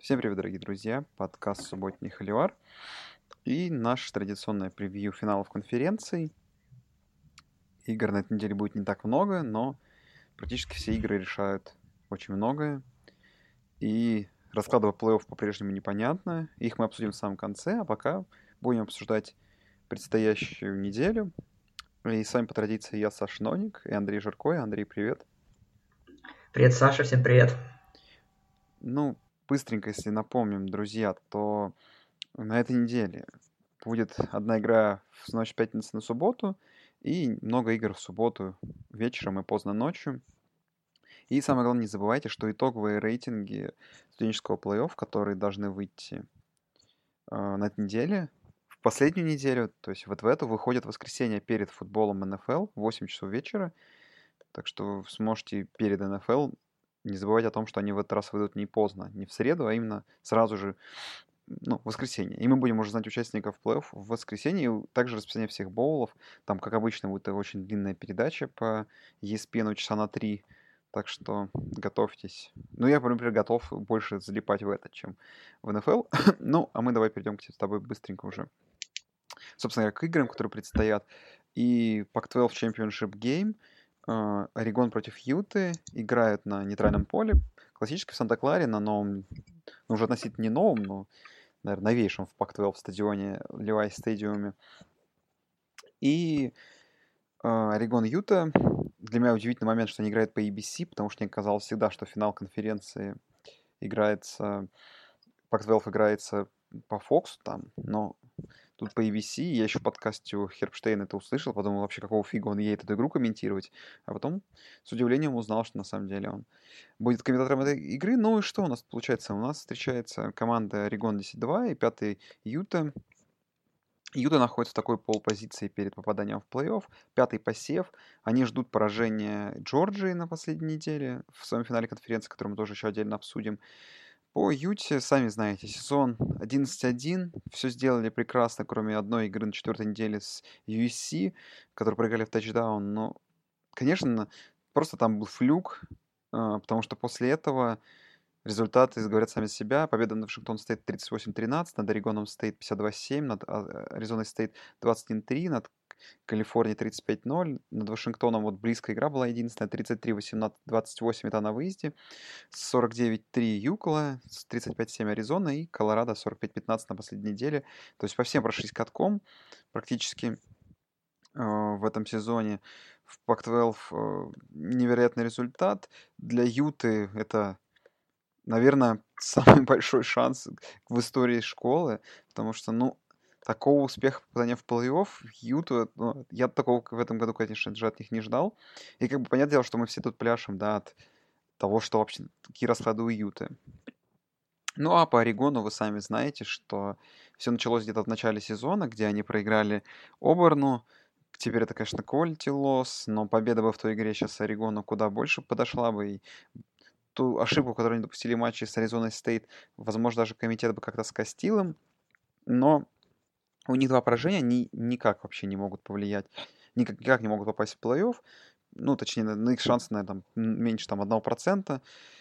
Всем привет, дорогие друзья! Подкаст «Субботний Холивар» и наше традиционное превью финалов конференций. Игр на этой неделе будет не так много, но практически все игры решают очень многое. И расклады плей-офф по-прежнему непонятны. Их мы обсудим в самом конце, а пока будем обсуждать предстоящую неделю. И с вами по традиции я, Саша Ноник, и Андрей Жирко. Андрей, привет! Привет, Саша, всем привет. Ну, быстренько, если напомним, друзья, то на этой неделе будет одна игра в ночь пятницы на субботу и много игр в субботу вечером и поздно ночью. И самое главное, не забывайте, что итоговые рейтинги студенческого плей-офф, которые должны выйти на этой неделе, в последнюю неделю, то есть вот в эту, выходят в воскресенье перед футболом НФЛ в 8 часов вечера. Так что вы сможете перед НФЛ не забывать о том, что они в этот раз выйдут не поздно, не в среду, а именно сразу же в воскресенье. И мы будем уже знать участников плей-офф в воскресенье. И также расписание всех боулов. Там, как обычно, будет очень длинная передача по ESPN часа на 3. Так что готовьтесь. Ну, я, например, готов больше залипать в это, чем в НФЛ. Ну, а мы давай перейдем с тобой быстренько уже, собственно, к играм, которые предстоят. И Pac-12 Championship Game. Орегон против Юты играют на нейтральном поле. Классически в Санта-Кларе на новом, ну, уже относительно не новом, но наверное, новейшем в Pac-12 стадионе Levi's Stadium. И Орегон Юта. Для меня удивительный момент, что они играют по ABC, потому что мне казалось всегда, что финал конференции играется, Pac-12 играется по Fox там, но тут по ABC. Я еще в подкасте у Хербштейна это услышал, подумал вообще, какого фига он едет эту игру комментировать. А потом с удивлением узнал, что на самом деле он будет комментатором этой игры. Ну и что у нас получается? У нас встречается команда Орегон 10-2 и пятый Юта. Юта находится в такой полпозиции перед попаданием в плей-офф. Пятый посев. Они ждут поражения Джорджии на последней неделе в своем финале конференции, который мы тоже еще отдельно обсудим. По Юте, сами знаете, сезон 11-1. Все сделали прекрасно, кроме одной игры на четвертой неделе с USC, которые проиграли в тачдаун. Но, конечно, просто там был флюк, потому что после этого результаты говорят сами за себя. Победа над Вашингтон Стейт 38-13, над Орегоном Стейт 52-7, над Аризоной Стейт 21-3, над Калифорнией 35-0, над Вашингтоном вот близкая игра была единственная, 33-18-28 это на выезде, 49-3 Юкола, 35-7 Аризона и Колорадо 45-15 на последней неделе. То есть по всем прошлись катком практически в этом сезоне. В Pac-12 невероятный результат. Для Юты это, наверное, самый большой шанс в истории школы, потому что, ну, такого успеха попадания в плей-офф, Юту, ну, я такого в этом году, конечно же, от них не ждал. И как бы понятное дело, что мы все тут пляшем, да, от того, что вообще такие расклады у Юты. Ну, а по Орегону вы сами знаете, что все началось где-то в начале сезона, где они проиграли Оберну. Теперь это, конечно, quality loss, но победа бы в той игре сейчас Орегону куда больше подошла бы, и ту ошибку, которую они допустили в матче с Аризоной Стейт, возможно, даже комитет бы как-то скостил им, но у них два поражения, они никак вообще не могут повлиять, никак не могут попасть в плей-офф, ну, точнее, на их шансы, наверное, меньше там 1%.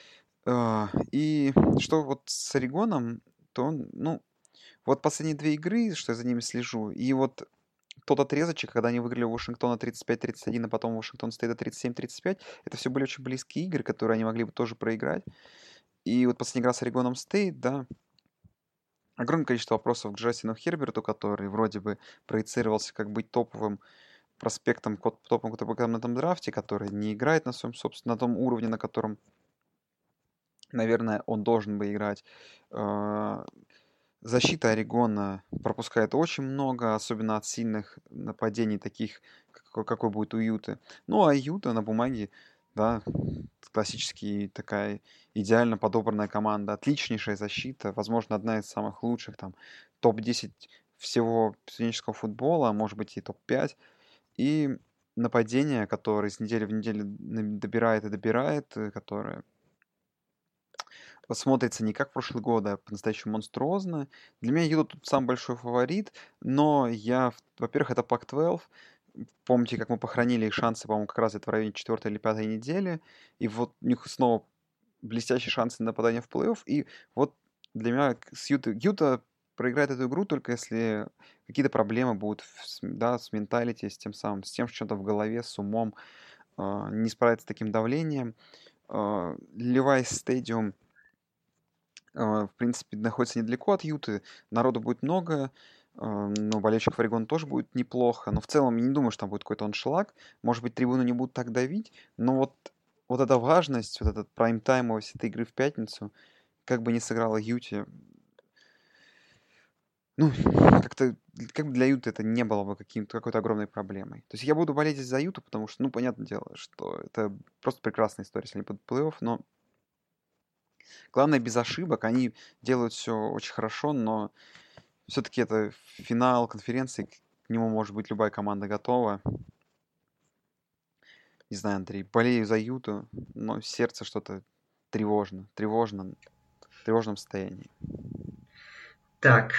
И что вот с Орегоном, то он, ну, вот последние две игры, что я за ними слежу, и вот тот отрезочек, когда они выиграли у Вашингтона 35-31, а потом у Вашингтон Стейта 37-35, это все были очень близкие игры, которые они могли бы тоже проиграть. И вот последняя игра с Орегоном Стейт, да, огромное количество вопросов к Джастину Херберту, который вроде бы проецировался как быть топовым проспектом, топовым квотербеком на этом драфте, который не играет на своем собственном, на том уровне, на котором, наверное, он должен бы играть. А, Защита Орегона пропускает очень много, особенно от сильных нападений, таких, какой будет у Юты. Ну, а Юта на бумаге, да, классический такая идеально подобранная команда, отличнейшая защита, возможно, одна из самых лучших, там, топ-10 всего студенческого футбола, а может быть и топ-5. И нападение, которое с недели в неделю добирает и добирает, которое смотрится не как прошлый год, а по-настоящему монструозно. Для меня Юта тут самый большой фаворит, но во-первых, это Pac-12. Помните, как мы похоронили их шансы, по-моему, как раз это в районе 4 или 5 недели. И вот у них снова блестящие шансы на попадание в плей-офф. И вот для меня Юта проиграет эту игру только если какие-то проблемы будут да, с менталити, с тем самым, с тем, что-то в голове, с умом, не справиться с таким давлением. Levi's Stadium, в принципе, находится недалеко от Юты, народу будет много, но болельщиков Орегона тоже будет неплохо, но в целом я не думаю, что там будет какой-то аншлаг. Может быть, трибуны не будут так давить, но вот эта важность, вот этот прайм-таймовость этой игры в пятницу, как бы не сыграла Юте, ну, как-то, как бы для Юты это не было бы какой-то огромной проблемой. То есть я буду болеть за Юту, потому что, ну, понятное дело, что это просто прекрасная история, если они будут в плей-офф, но главное без ошибок, они делают все очень хорошо, но все-таки это финал конференции, к нему может быть любая команда готова. Не знаю, Андрей, болею за Юту, но сердце что-то тревожно, в тревожном состоянии. Так,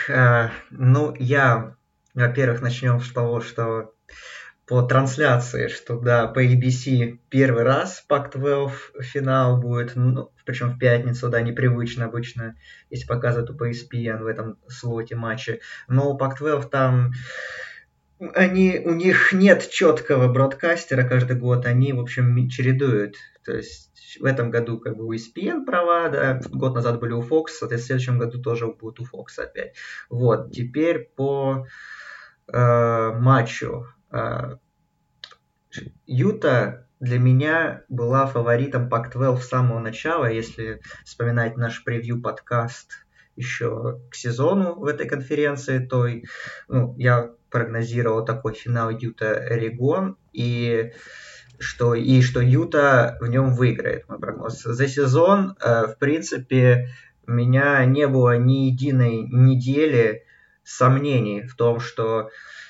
во-первых, начнем с того, что по трансляции, что да, по ABC первый раз Pac-12 финал будет, ну, причем в пятницу, да, непривычно обычно, если показывают по ESPN в этом слоте матча. Но у Pac-12 там у них нет четкого бродкастера каждый год, они, в общем, чередуют. То есть в этом году как бы у ESPN права, да, год назад были у Fox, соответственно, в следующем году тоже будут у Fox опять. Вот, теперь по матчу. Юта для меня была фаворитом Pac-12 с самого начала, если вспоминать наш превью-подкаст еще к сезону в этой конференции, то я прогнозировал такой финал Юта-Орегон, и что Юта в нем выиграет, мой прогноз. За сезон, в принципе, у меня не было ни единой недели сомнений в том, что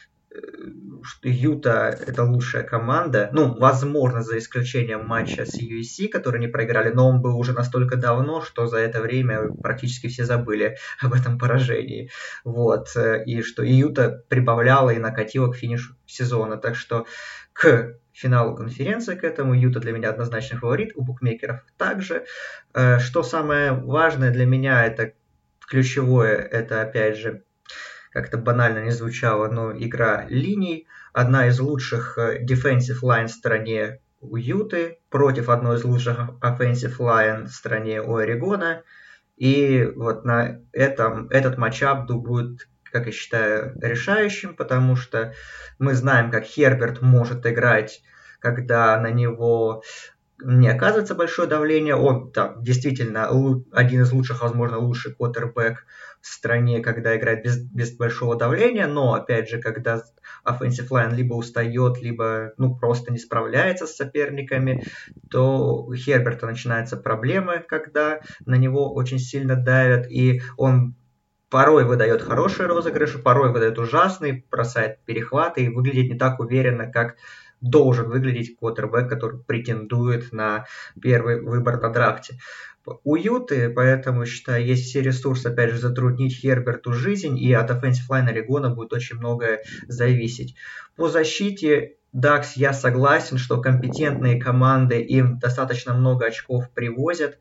Юта это лучшая команда. Ну, возможно, за исключением матча с USC, который не проиграли, но он был уже настолько давно, что за это время практически все забыли об этом поражении. Вот. И что Юта прибавляла и накатила к финишу сезона. Так что к финалу конференции к этому Юта для меня однозначно фаворит, у букмекеров также. Что самое важное для меня, это ключевое, это опять же как-то банально не звучало, но игра линий. Одна из лучших defensive line в стране у Юты против одной из лучших offensive line в стране у Орегона. И вот на этот матчап будет, как я считаю, решающим, потому что мы знаем, как Херберт может играть, когда на него не оказывается большое давление. Он там действительно один из лучших, возможно, лучший квотербек в стране, когда играет без большого давления, но, опять же, когда offensive line либо устает, либо просто не справляется с соперниками, то у Херберта начинаются проблемы, когда на него очень сильно давят, и он порой выдает хорошие розыгрыши, порой выдает ужасные, бросает перехваты и выглядит не так уверенно, как должен выглядеть квотербек, который претендует на первый выбор на драфте. У Юты, поэтому, считаю, есть все ресурсы, опять же, затруднить Херберту жизнь, и от offensive line Орегона будет очень многое зависеть. По защите Дакс я согласен, что компетентные команды им достаточно много очков привозят,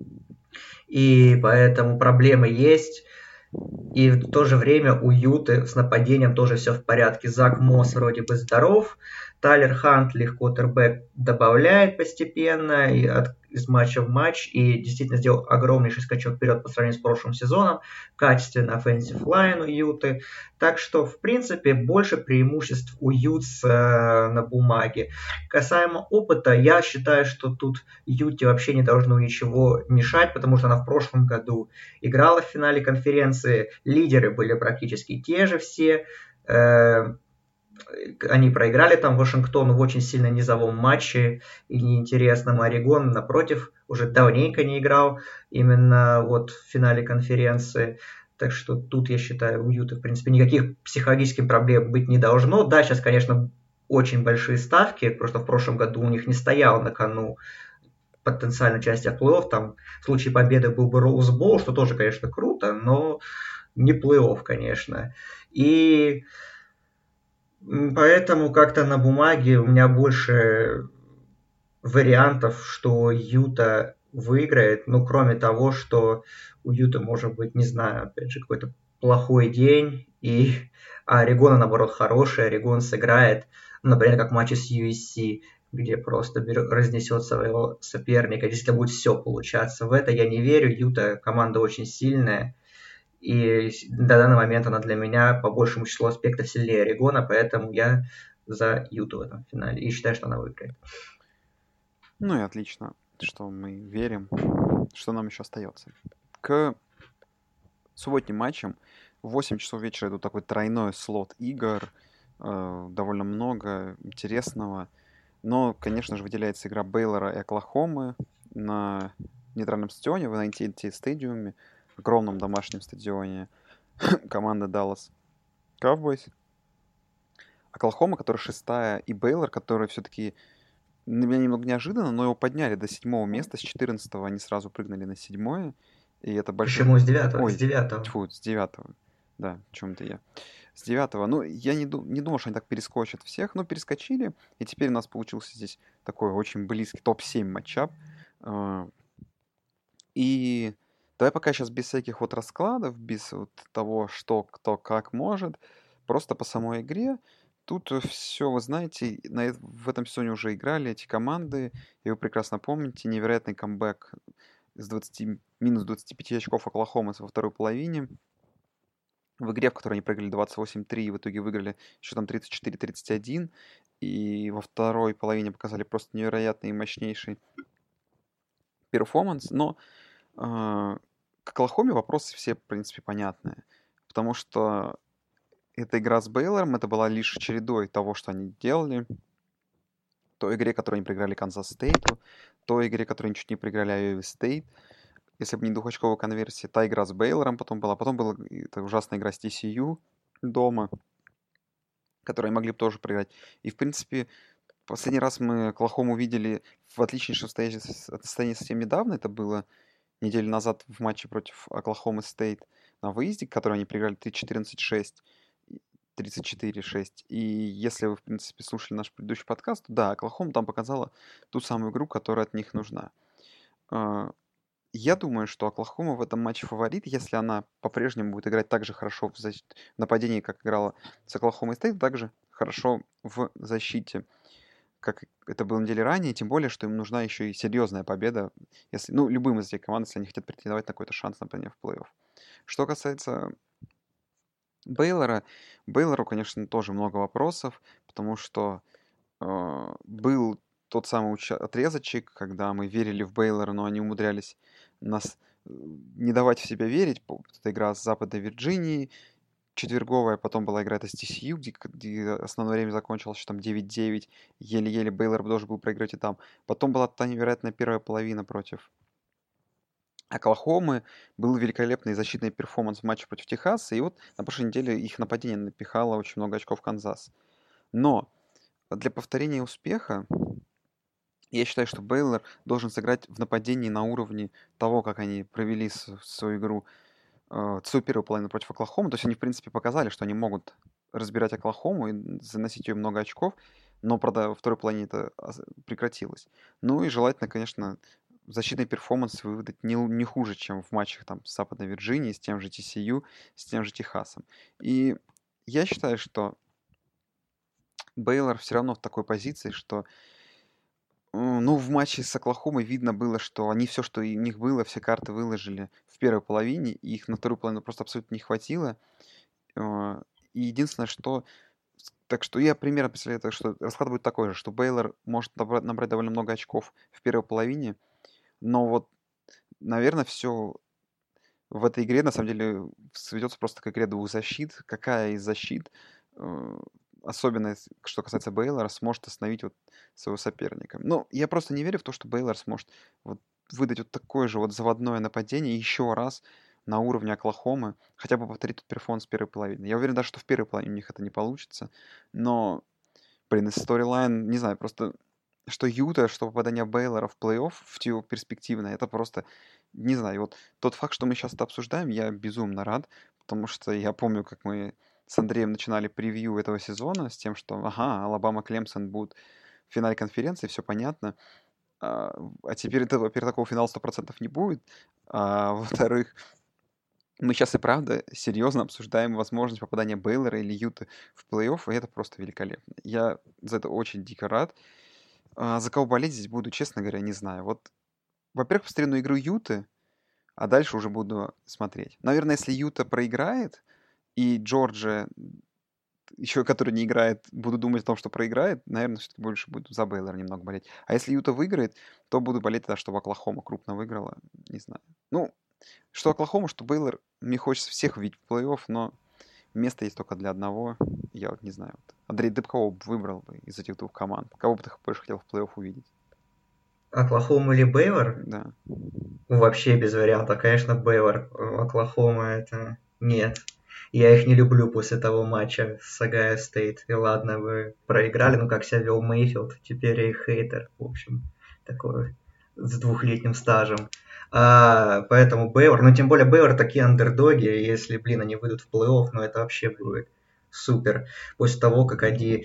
и поэтому проблемы есть. И в то же время у Юты с нападением тоже все в порядке. Зак Мосс вроде бы здоров. Тайлер Хантли, квотербек, добавляет постепенно из матча в матч и действительно сделал огромнейший скачок вперед по сравнению с прошлым сезоном. Качественно offensive line у Юты. Так что, в принципе, больше преимуществ у Ютс на бумаге. Касаемо опыта, я считаю, что тут Юте вообще не должно ничего мешать, потому что она в прошлом году играла в финале конференции. Лидеры были практически те же все. Они проиграли там Вашингтону в очень сильно низовом матче и неинтересном. Орегон, напротив, уже давненько не играл именно вот в финале конференции. Так что тут, я считаю, у Юты, в принципе, никаких психологических проблем быть не должно. Да, сейчас, конечно, очень большие ставки, просто в прошлом году у них не стоял на кону потенциально части плей-офф. Там в случае победы был бы Роуз Боул, что тоже, конечно, круто, но не плей-офф, конечно. И поэтому как-то на бумаге у меня больше вариантов, что Юта выиграет. Ну, кроме того, что у Юты может быть, не знаю, опять же, какой-то плохой день, а Орегона, наоборот, хороший, Орегон сыграет, например, как в матче с USC, где просто разнесет своего соперника, действительно будет все получаться. В это я не верю, Юта команда очень сильная, и на данный момент она для меня по большему числу аспектов сильнее Орегона, поэтому я за Юту в этом финале и считаю, что она выиграет. Ну и отлично, что мы верим, что нам еще остается. К субботним матчам в 8 часов вечера идут такой тройной слот игр, довольно много интересного. Но, конечно же, выделяется игра Бейлора и Оклахомы на нейтральном стадионе, в AT&T стадиуме, огромном домашнем стадионе. Команда Dallas Cowboys. Оклахома, которая шестая, и Бейлор, который все-таки для меня немного неожиданно, но его подняли до 7-го места, с 14-го они сразу прыгнули на 7-е, и это большой... Почему с девятого? С Ой, девятого. тьфу, с 9-го. Да, о чем-то я. С 9-го. Ну, я не думал, что они так перескочат всех, но перескочили, и теперь у нас получился здесь такой очень близкий топ-7 матчап. А, И давай пока сейчас без всяких вот раскладов, без вот того, что кто как может, просто по самой игре. Тут все, вы знаете, в этом сезоне уже играли эти команды, и вы прекрасно помните невероятный камбэк с минус 25 очков Оклахомы во второй половине. В игре, в которой они проиграли 28-3, и в итоге выиграли счетом 34-31. И во второй половине показали просто невероятный и мощнейший перформанс. Но к Оклахоме вопросы все, в принципе, понятные. Потому что эта игра с Бейлором, это была лишь чередой того, что они делали. Той игре, которую они проиграли Канзас Стейту, той игре, которую они чуть не проиграли Айова Стейт. Если бы не двухочковая конверсия, та игра с Бейлором потом была. Потом была эта ужасная игра с TCU дома, которую они могли бы тоже проиграть. И, в принципе, последний раз мы Оклахому видели в отличнейшем состоянии совсем недавно. Это было неделю назад в матче против Оклахомы Стейт на выезде, который они проиграли 3-14-6, 34-6. И если вы, в принципе, слушали наш предыдущий подкаст, то да, Оклахома там показала ту самую игру, которая от них нужна. А, Я думаю, что Оклахома в этом матче фаворит, если она по-прежнему будет играть так же хорошо в нападении, как играла с Оклахомой Стейт, так же хорошо в защите, как это было недели ранее, тем более, что им нужна еще и серьезная победа, если, ну, любым из этих команд, если они хотят претендовать на какой-то шанс, например, в плей-офф. Что касается Бейлора, Бейлору, конечно, тоже много вопросов, потому что был тот самый отрезочек, когда мы верили в Бейлора, но они умудрялись нас не давать в себя верить. Это игра с Западной Вирджинией, четверговая, потом была игра с TCU, где основное время закончилось там 9-9, еле-еле Бейлор должен был проиграть и там. Потом была та невероятная первая половина против Оклахомы, был великолепный защитный перформанс в матче против Техаса, и вот на прошлой неделе их нападение напихало очень много очков в Канзас. Но для повторения успеха я считаю, что Бейлор должен сыграть в нападении на уровне того, как они провели свою игру, свою первую половину против Оклахомы. То есть они, в принципе, показали, что они могут разбирать Оклахому и заносить ее много очков, но, правда, во второй половине это прекратилось. Ну и желательно, конечно, защитный перформанс выдать не хуже, чем в матчах там, с Западной Вирджинией, с тем же TCU, с тем же Техасом. И я считаю, что Бейлор все равно в такой позиции, что ну, в матче с Оклахомой видно было, что они все, что у них было, все карты выложили в первой половине, и их на вторую половину просто абсолютно не хватило. А, И единственное, что... Так что я примерно представляю, так что расклад будет такой же, что Бейлор может набрать довольно много очков в первой половине, но вот, наверное, все в этой игре, на самом деле, сведется просто к игре двух защит. Какая из защит, э, особенно что касается Бейлора, сможет остановить вот своего соперника. Ну, я просто не верю в то, что Бейлор сможет вот выдать вот такое же вот заводное нападение еще раз на уровне Оклахомы, хотя бы повторить тот перформанс первой половины. Я уверен даже, что в первой половине у них это не получится, но, блин, из сторилайн, не знаю, просто что Юта, что попадание Бейлора в плей-офф в перспективное, это просто, не знаю, вот тот факт, что мы сейчас это обсуждаем, я безумно рад, потому что я помню, как мы с Андреем начинали превью этого сезона с тем, что, ага, Алабама, Клемсон будут в финале конференции, все понятно. А теперь, во-первых, такого финала 100% не будет. А во-вторых, мы сейчас и правда серьезно обсуждаем возможность попадания Бейлора или Юты в плей-офф, и это просто великолепно. Я за это очень дико рад. За кого болеть здесь буду, честно говоря, не знаю. Вот, во-первых, посмотрю на игру Юты, а дальше уже буду смотреть. Наверное, если Юта проиграет, и Джорджия, еще который не играет, буду думать о том, что проиграет, наверное, все-таки больше буду за Бейлор немного болеть. А если Юта выиграет, то буду болеть тогда, чтобы Оклахома крупно выиграла. Не знаю. Ну, что Оклахома, что Бейлор, мне хочется всех увидеть в плей-офф, но место есть только для одного. Я вот не знаю. Вот. Андрей, ты бы кого бы выбрал бы из этих двух команд? Кого бы ты больше хотел в плей-офф увидеть? Оклахома или Бейвор? Да. Вообще без вариантов. Конечно, Бейвор. Оклахома это... Нет. Я их не люблю после того матча с Огайо Стейт. И ладно, вы проиграли, ну как себя вел Мейфилд. Теперь я их хейтер. В общем, такой с 2-летним стажем. Поэтому Бейвор, ну тем более Бейвор такие андердоги. Если, блин, они выйдут в плей-офф, ну это вообще будет супер. После того, как они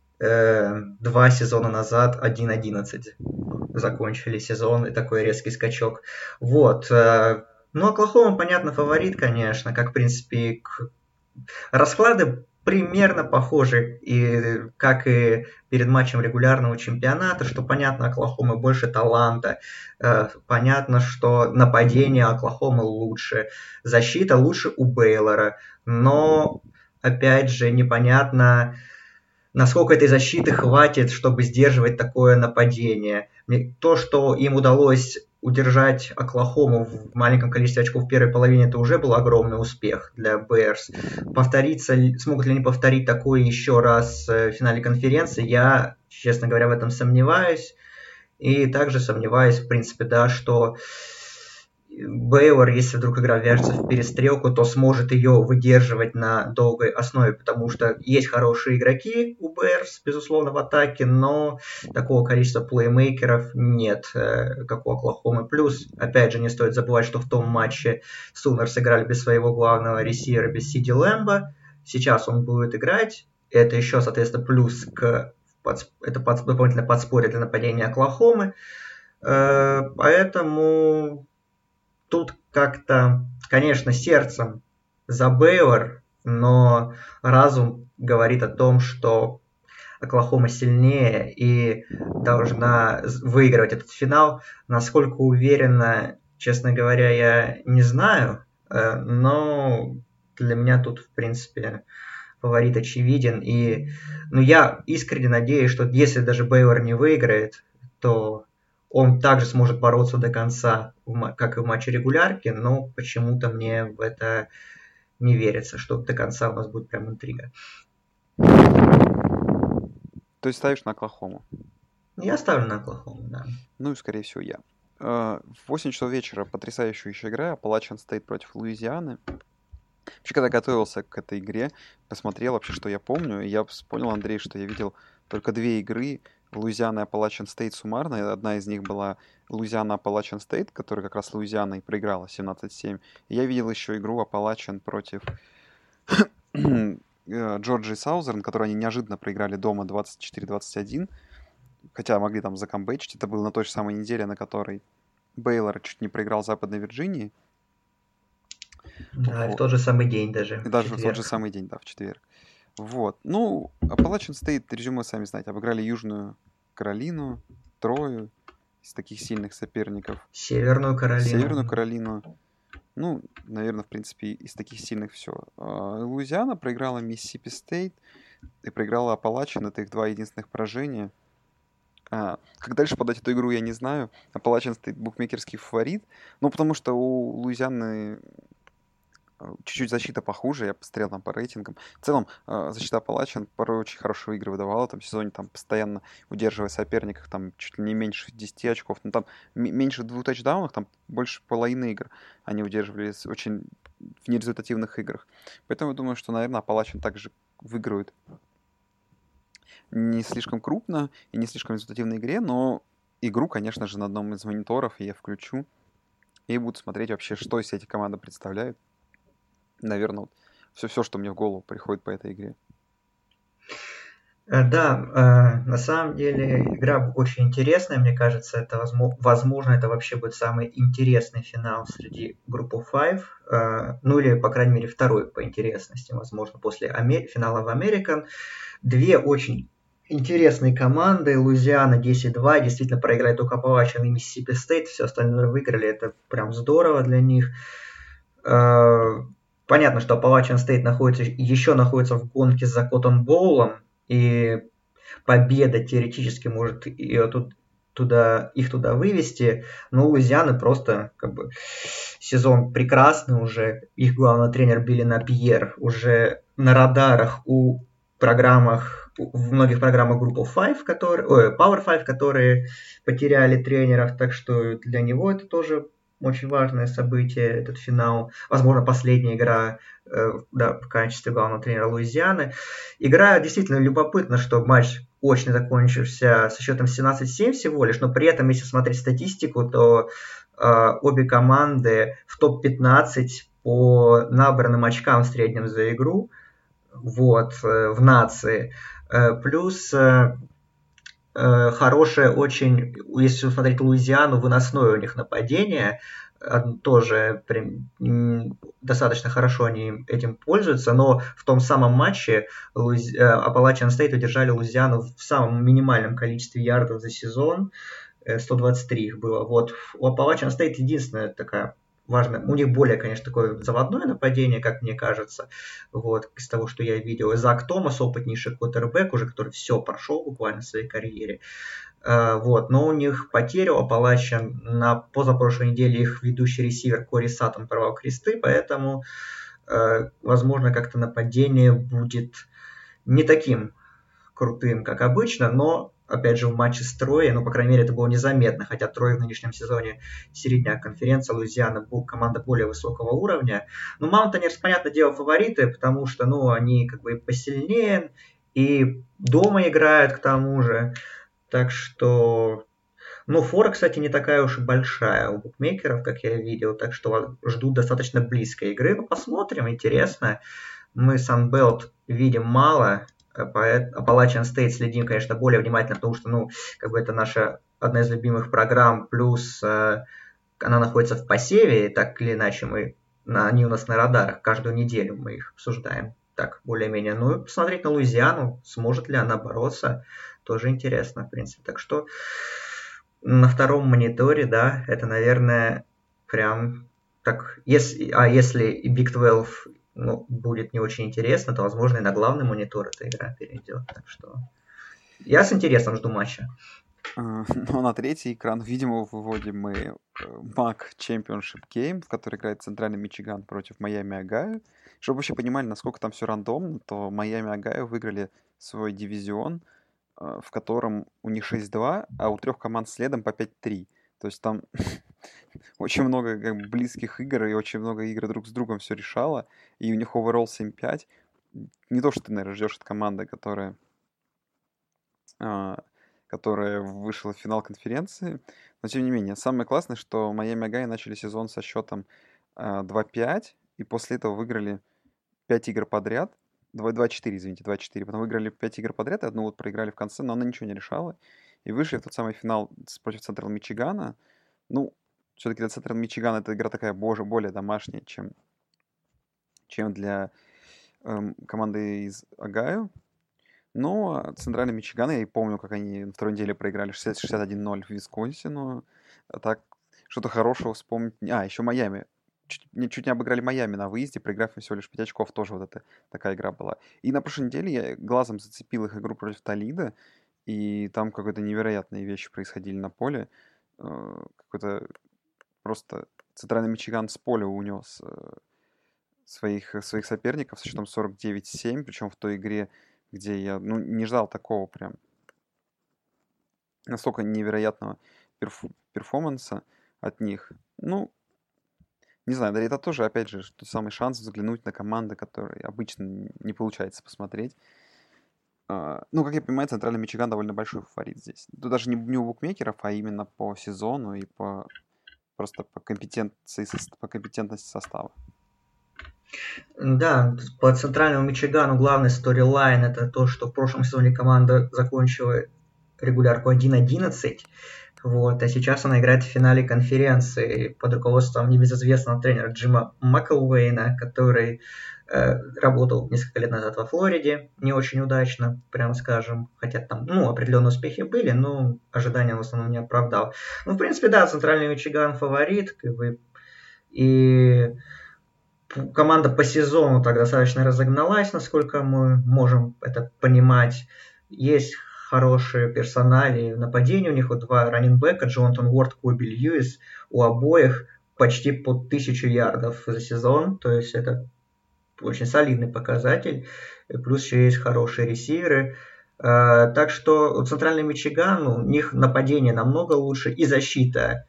2 сезона назад 1-11 закончили сезон, и такой резкий скачок. Вот. Ну, Оклахома, понятно, фаворит, конечно, как, в принципе, расклады примерно похожи, и как и перед матчем регулярного чемпионата, что понятно, Оклахомы больше таланта, понятно, что нападение Оклахомы лучше, защита лучше у Бейлора, но, опять же, непонятно, насколько этой защиты хватит, чтобы сдерживать такое нападение. То, что им удалось удержать Оклахому в маленьком количестве очков в первой половине, это уже был огромный успех для Берс. Смогут ли они повторить такое еще раз в финале конференции, я, честно говоря, в этом сомневаюсь. И также сомневаюсь, в принципе, да, что Бейвор, если вдруг игра вяжется в перестрелку, то сможет ее выдерживать на долгой основе, потому что есть хорошие игроки у Берс, безусловно, в атаке, но такого количества плеймейкеров нет, как у Оклахомы. Плюс, опять же, не стоит забывать, что в том матче Сунер сыграли без своего главного ресивера, без Сиди Лэмбо. Сейчас он будет играть. Это еще, соответственно, плюс это дополнительное подспорье для нападения Оклахомы. Поэтому тут как-то, конечно, сердцем за Бейвор, но разум говорит о том, что Оклахома сильнее и должна выигрывать этот финал. Насколько уверенно, честно говоря, я не знаю, но для меня тут, в принципе, фаворит очевиден. И я искренне надеюсь, что если даже Бейвор не выиграет, то он также сможет бороться до конца, как и в матче регулярки, но почему-то мне в это не верится, что до конца у нас будет прям интрига. То есть ставишь на Оклахому? Я ставлю на Оклахому, да. Ну и, скорее всего, я. В 8 часов вечера потрясающая еще игра. Appalachian State против Луизианы. Вообще, когда готовился к этой игре, посмотрел вообще, что я помню, и я понял, Андрей, что я видел только две игры Луизиана и Appalachian State суммарно. И одна из них была Луизиана Appalachian State, которая как раз Луизиана и проиграла 17-7. И я видел еще игру Appalachian против Джорджии Саузерн, которую они неожиданно проиграли дома 24-21. Хотя могли там закамбэчить. Это было на той же самой неделе, на которой Бейлор чуть не проиграл Западной Вирджинии. Да, Вот. в тот же самый день даже. И даже в тот же самый день, да, в четверг. Вот. Ну, Appalachian State, резюме, сами знаете, обыграли Южную Каролину, Трою, из таких сильных соперников. Северную Каролину. Северную Каролину. Ну, наверное, в принципе, из таких сильных все. Луизиана проиграла Миссисипи Стейт и проиграла Appalachian. Это их два единственных поражения. Как дальше подать эту игру, я не знаю. Appalachian State букмекерский фаворит. Ну, потому что у Луизианы чуть-чуть защита похуже, я посмотрел там по рейтингам. В целом, защита Appalachian порой очень хорошие игры выдавала. Там в сезоне там постоянно удерживая соперников, там чуть ли не меньше 10 очков. Ну, там меньше 2 тачдаунов, там больше половины игр они удерживались очень в нерезультативных играх. Поэтому я думаю, что, наверное, Appalachian также выиграют не слишком крупно и не слишком результативной игре, но игру, конечно же, на одном из мониторов я включу и буду смотреть вообще, что из эти команды представляют. Наверное, вот все, что мне в голову приходит по этой игре. Да, на самом деле игра очень интересная, мне кажется, это возможно, это вообще будет самый интересный финал среди группы Five, ну или, по крайней мере, второй по интересности, возможно, после финала в American. Две очень интересные команды, Луизиана 10-2, действительно проиграли только Апалачин и Миссисипи Стейт, все остальное выиграли, это прям здорово для них. Понятно, что Appalachian State еще находится в гонке за Коттон Боулом, и победа теоретически может их туда вывести, но Луизианы просто как бы сезон прекрасный уже, их главный тренер Билли Напьер уже на радарах в многих программах группы Power 5, которые потеряли тренеров, так что для него это тоже очень важное событие, этот финал. Возможно, последняя игра да, в качестве главного тренера Луизианы. Игра действительно любопытна, что матч очно закончился со счетом 17-7 всего лишь, но при этом, если смотреть статистику, то обе команды в топ-15 по набранным очкам в среднем за игру вот, в нации. Плюс хорошее очень, если смотреть Луизиану, выносное у них нападение, тоже достаточно хорошо они этим пользуются, но в том самом матче Appalachian State удержали Луизиану в самом минимальном количестве ярдов за сезон, 123 их было. Вот у Appalachian State единственная такая важная, у них более, конечно, такое заводное нападение, как мне кажется, вот, из того, что я видел. Зак Томас, опытнейший квотербек уже, который все прошел буквально в своей карьере. Вот, но у них потеря у Appalachian на позапрошлой неделе их ведущий ресивер Кори Саттон порвал кресты, поэтому, возможно, как-то нападение будет не таким крутым, как обычно, но, опять же, в матче с Трой, ну, по крайней мере, это было незаметно, хотя Трой в нынешнем сезоне середняк конференции, Луизиана команда более высокого уровня. Ну, Маунтайнерс, понятное дело, фавориты, потому что, ну, они как бы посильнее, и дома играют к тому же, так что... Ну, фора, кстати, не такая уж и большая у букмекеров, как я видел, так что ждут достаточно близкой игры. Ну, посмотрим, интересно. Мы Sunbelt видим мало, Appalachian State следим, конечно, более внимательно, потому что, ну, как бы это наша одна из любимых программ, плюс она находится в посеве, и так или иначе они у нас на радарах, каждую неделю мы их обсуждаем. Так, более-менее. Ну, и посмотреть на Луизиану, сможет ли она бороться, тоже интересно, в принципе. Так что на втором мониторе, да, это, наверное, прям так, если Big 12 ну, будет не очень интересно, то, возможно, и на главный монитор эта игра перейдет. Так что я с интересом жду матча. Но на третий экран, видимо, выводим мы MAC Championship Game, в который играет Центральный Мичиган против Майами Огайо. Чтобы вы вообще понимали, насколько там все рандомно, то Майами Огайо выиграли свой дивизион, в котором у них 6-2, а у трех команд следом по 5-3. То есть там очень много как бы, близких игр, и очень много игр друг с другом все решало. И у них overall 7-5. Не то, что ты, наверное, ждешь от команды, а, которая вышла в финал конференции. Но тем не менее, самое классное, что Майами Агай начали сезон со счетом 2-5, и после этого выиграли 5 игр подряд. 2-4, извините, 2-4. Потом выиграли 5 игр подряд, и одну вот проиграли в конце, но она ничего не решала. И вышли в тот самый финал против Централ Мичигана. Ну, все-таки для Централ Мичигана эта игра такая более домашняя, чем для команды из Огайо. Но Центральный Мичиган, я и помню, как они на второй неделе проиграли 61-0 в Висконсину. А так, что-то хорошего вспомнить. Еще Майами. Чуть не обыграли Майами на выезде, проиграв им всего лишь 5 очков. Тоже вот эта такая игра была. И на прошлой неделе я глазом зацепил их игру против Толидо. И там какие-то невероятные вещи происходили на поле. Какой-то просто Центральный Мичиган с поля унес своих соперников со счетом 49-7. Причем в той игре, где я не ждал такого прям настолько невероятного перформанса от них. Ну, не знаю, да это тоже, опять же, тот самый шанс взглянуть на команды, которые обычно не получается посмотреть. Ну, как я понимаю, Центральный Мичиган довольно большой фаворит здесь. Тут даже не у букмекеров, а именно по сезону и просто по компетентности состава. Да, по центральному Мичигану главный сторилайн это то, что в прошлом сезоне команда закончила регулярку 1-11, вот, а сейчас она играет в финале конференции под руководством небезызвестного тренера Джима Макэлвейна, который работал несколько лет назад во Флориде, не очень удачно, прямо скажем, хотя там, определенные успехи были, но ожидания он в основном не оправдал. Ну, в принципе, да, центральный Мичиган фаворит, как бы, и команда по сезону так достаточно разогналась, насколько мы можем это понимать. Есть хорошие персонали в нападении. У них вот два раннинбека, Джонатан Уорд, Коби Льюис. У обоих почти по 1000 ярдов за сезон. То есть это очень солидный показатель. И плюс еще есть хорошие ресиверы. Так что центральный Мичиган, у них нападение намного лучше и защита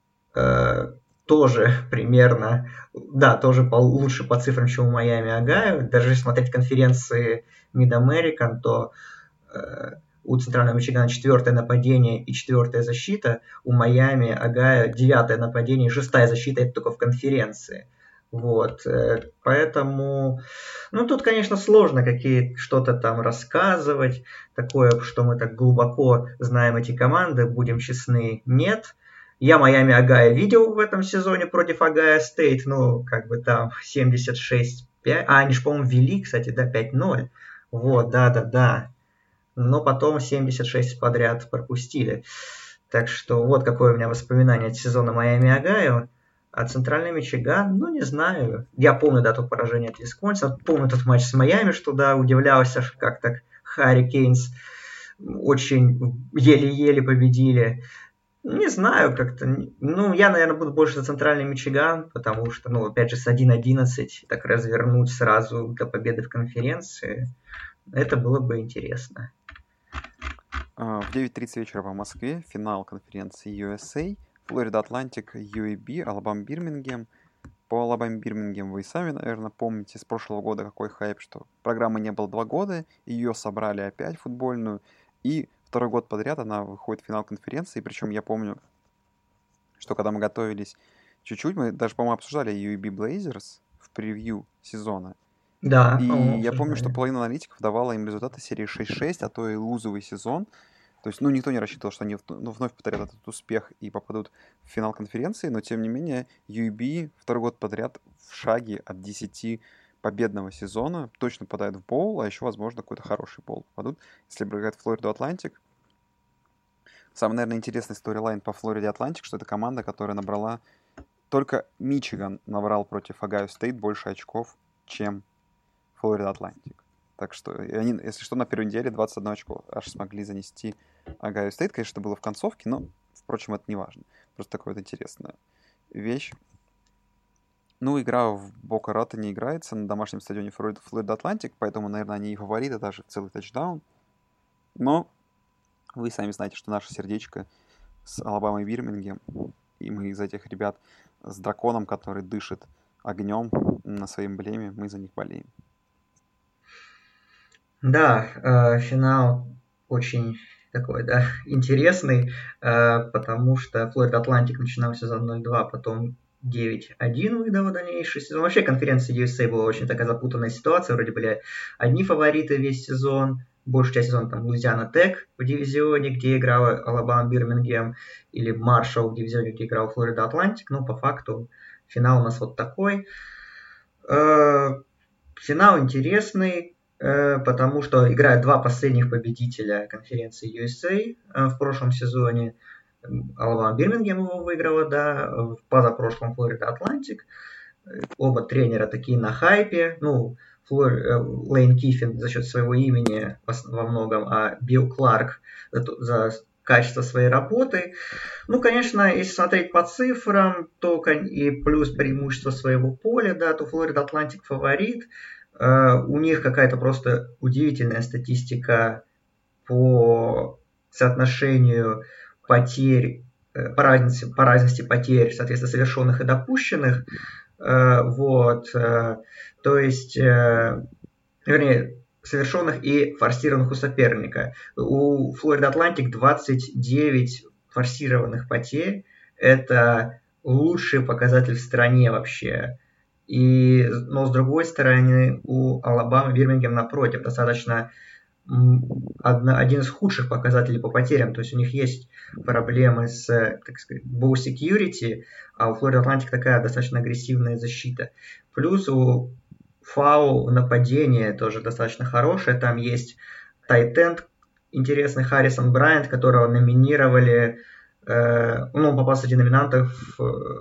тоже примерно, да, тоже лучше по цифрам, чем у Майами Огайо. Даже если смотреть конференции Mid-American, то у Центрального Мичигана 4-е нападение и 4-я защита, у Майами Огайо 9-е нападение и 6-я защита, это только в конференции. Вот, поэтому, тут, конечно, сложно что-то там рассказывать, такое, что мы так глубоко знаем эти команды, будем честны, нет. Я Майами Огайо видел в этом сезоне против Огайо Стейт, как бы там 76-5. Они же, по-моему, вели, кстати, да, 5-0. Вот, да. Но потом 76 подряд пропустили. Так что вот какое у меня воспоминание от сезона Майами Огайо. А Центральный Мичиган, не знаю. Я помню, да, то поражение от Висконсина. Помню тот матч с Майами, что, да, удивлялся, как так Харрикейнс очень еле-еле победили. Не знаю, как-то. Я, наверное, буду больше за Центральный Мичиган, потому что, опять же, с 1-11 так развернуть сразу до победы в конференции, это было бы интересно. В 9:30 вечера по Москве финал конференции USA. Флорида Атлантик, UAB, Алабама Бирмингем. По Алабаме Бирмингем вы сами, наверное, помните с прошлого года какой хайп, что программы не было 2 года, ее собрали опять футбольную, и второй год подряд она выходит в финал конференции. Причем я помню, что когда мы готовились чуть-чуть, мы даже, по-моему, обсуждали UAB Blazers в превью сезона. Да, И по-моему, я помню, что обсуждали. половина аналитиков давала им результаты серии 6-6, а то и лузовый сезон. То есть, никто не рассчитывал, что они вновь повторят этот успех и попадут в финал конференции, но, тем не менее, UAB второй год подряд в шаге от 10 победного сезона точно попадает в боул, а еще, возможно, какой-то хороший боул попадут, если проиграет Флориду Атлантик. Самый, наверное, интересный сторилайн по Флориде Атлантик, что это команда, которая набрала... Только Мичиган набрал против Огайо Стейт больше очков, чем Флорида Атлантик. Так что они, если что, на первой неделе 21 очко аж смогли занести Огайо Стейт. Конечно, было в концовке, но, впрочем, это не важно. Просто такая вот интересная вещь. Игра в Бока Ратоне играется на домашнем стадионе Флорида Атлантик, поэтому, наверное, они и фавориты даже в целый тачдаун. Но вы сами знаете, что наше сердечко с Алабамой Бирмингем, и мы из этих ребят с драконом, который дышит огнем на своем эмблеме, мы за них болеем. Да, финал очень такой, да, интересный, потому что Флорида Атлантик начинал сезон 0-2, потом 9-1 выдал дальнейший сезон. Вообще конференция USA была очень такая запутанная ситуация. Вроде были одни фавориты весь сезон, большую часть сезона там Луизиана Тек в дивизионе, где играла Алабама Бирмингем, или Маршалл в дивизионе, где играл Флорида Атлантик. По факту финал у нас вот такой. Финал интересный, потому что играют два последних победителя конференции USA в прошлом сезоне. Алабама Бирмингем его выиграла, да, в позапрошлом Флорида Атлантик. Оба тренера такие на хайпе. Лейн Киффин за счет своего имени во многом, а Билл Кларк за качество своей работы. Конечно, если смотреть по цифрам, то и плюс преимущество своего поля, да, то Флорида Атлантик фаворит. У них какая-то просто удивительная статистика по соотношению потерь, по разности потерь, соответственно, совершенных и допущенных. То есть, вернее, совершенных и форсированных у соперника. У Флорида Атлантик 29 форсированных потерь. Это лучший показатель в стране вообще. Но с другой стороны, у Алабамы Бирмингем напротив достаточно один из худших показателей по потерям. То есть у них есть проблемы с, так сказать, ball security, а у Флорида Атлантик такая достаточно агрессивная защита. Плюс у фау нападение тоже достаточно хорошее. Там есть тайтенд интересный Харрисон Брайант, которого номинировали, он попал среди номинантов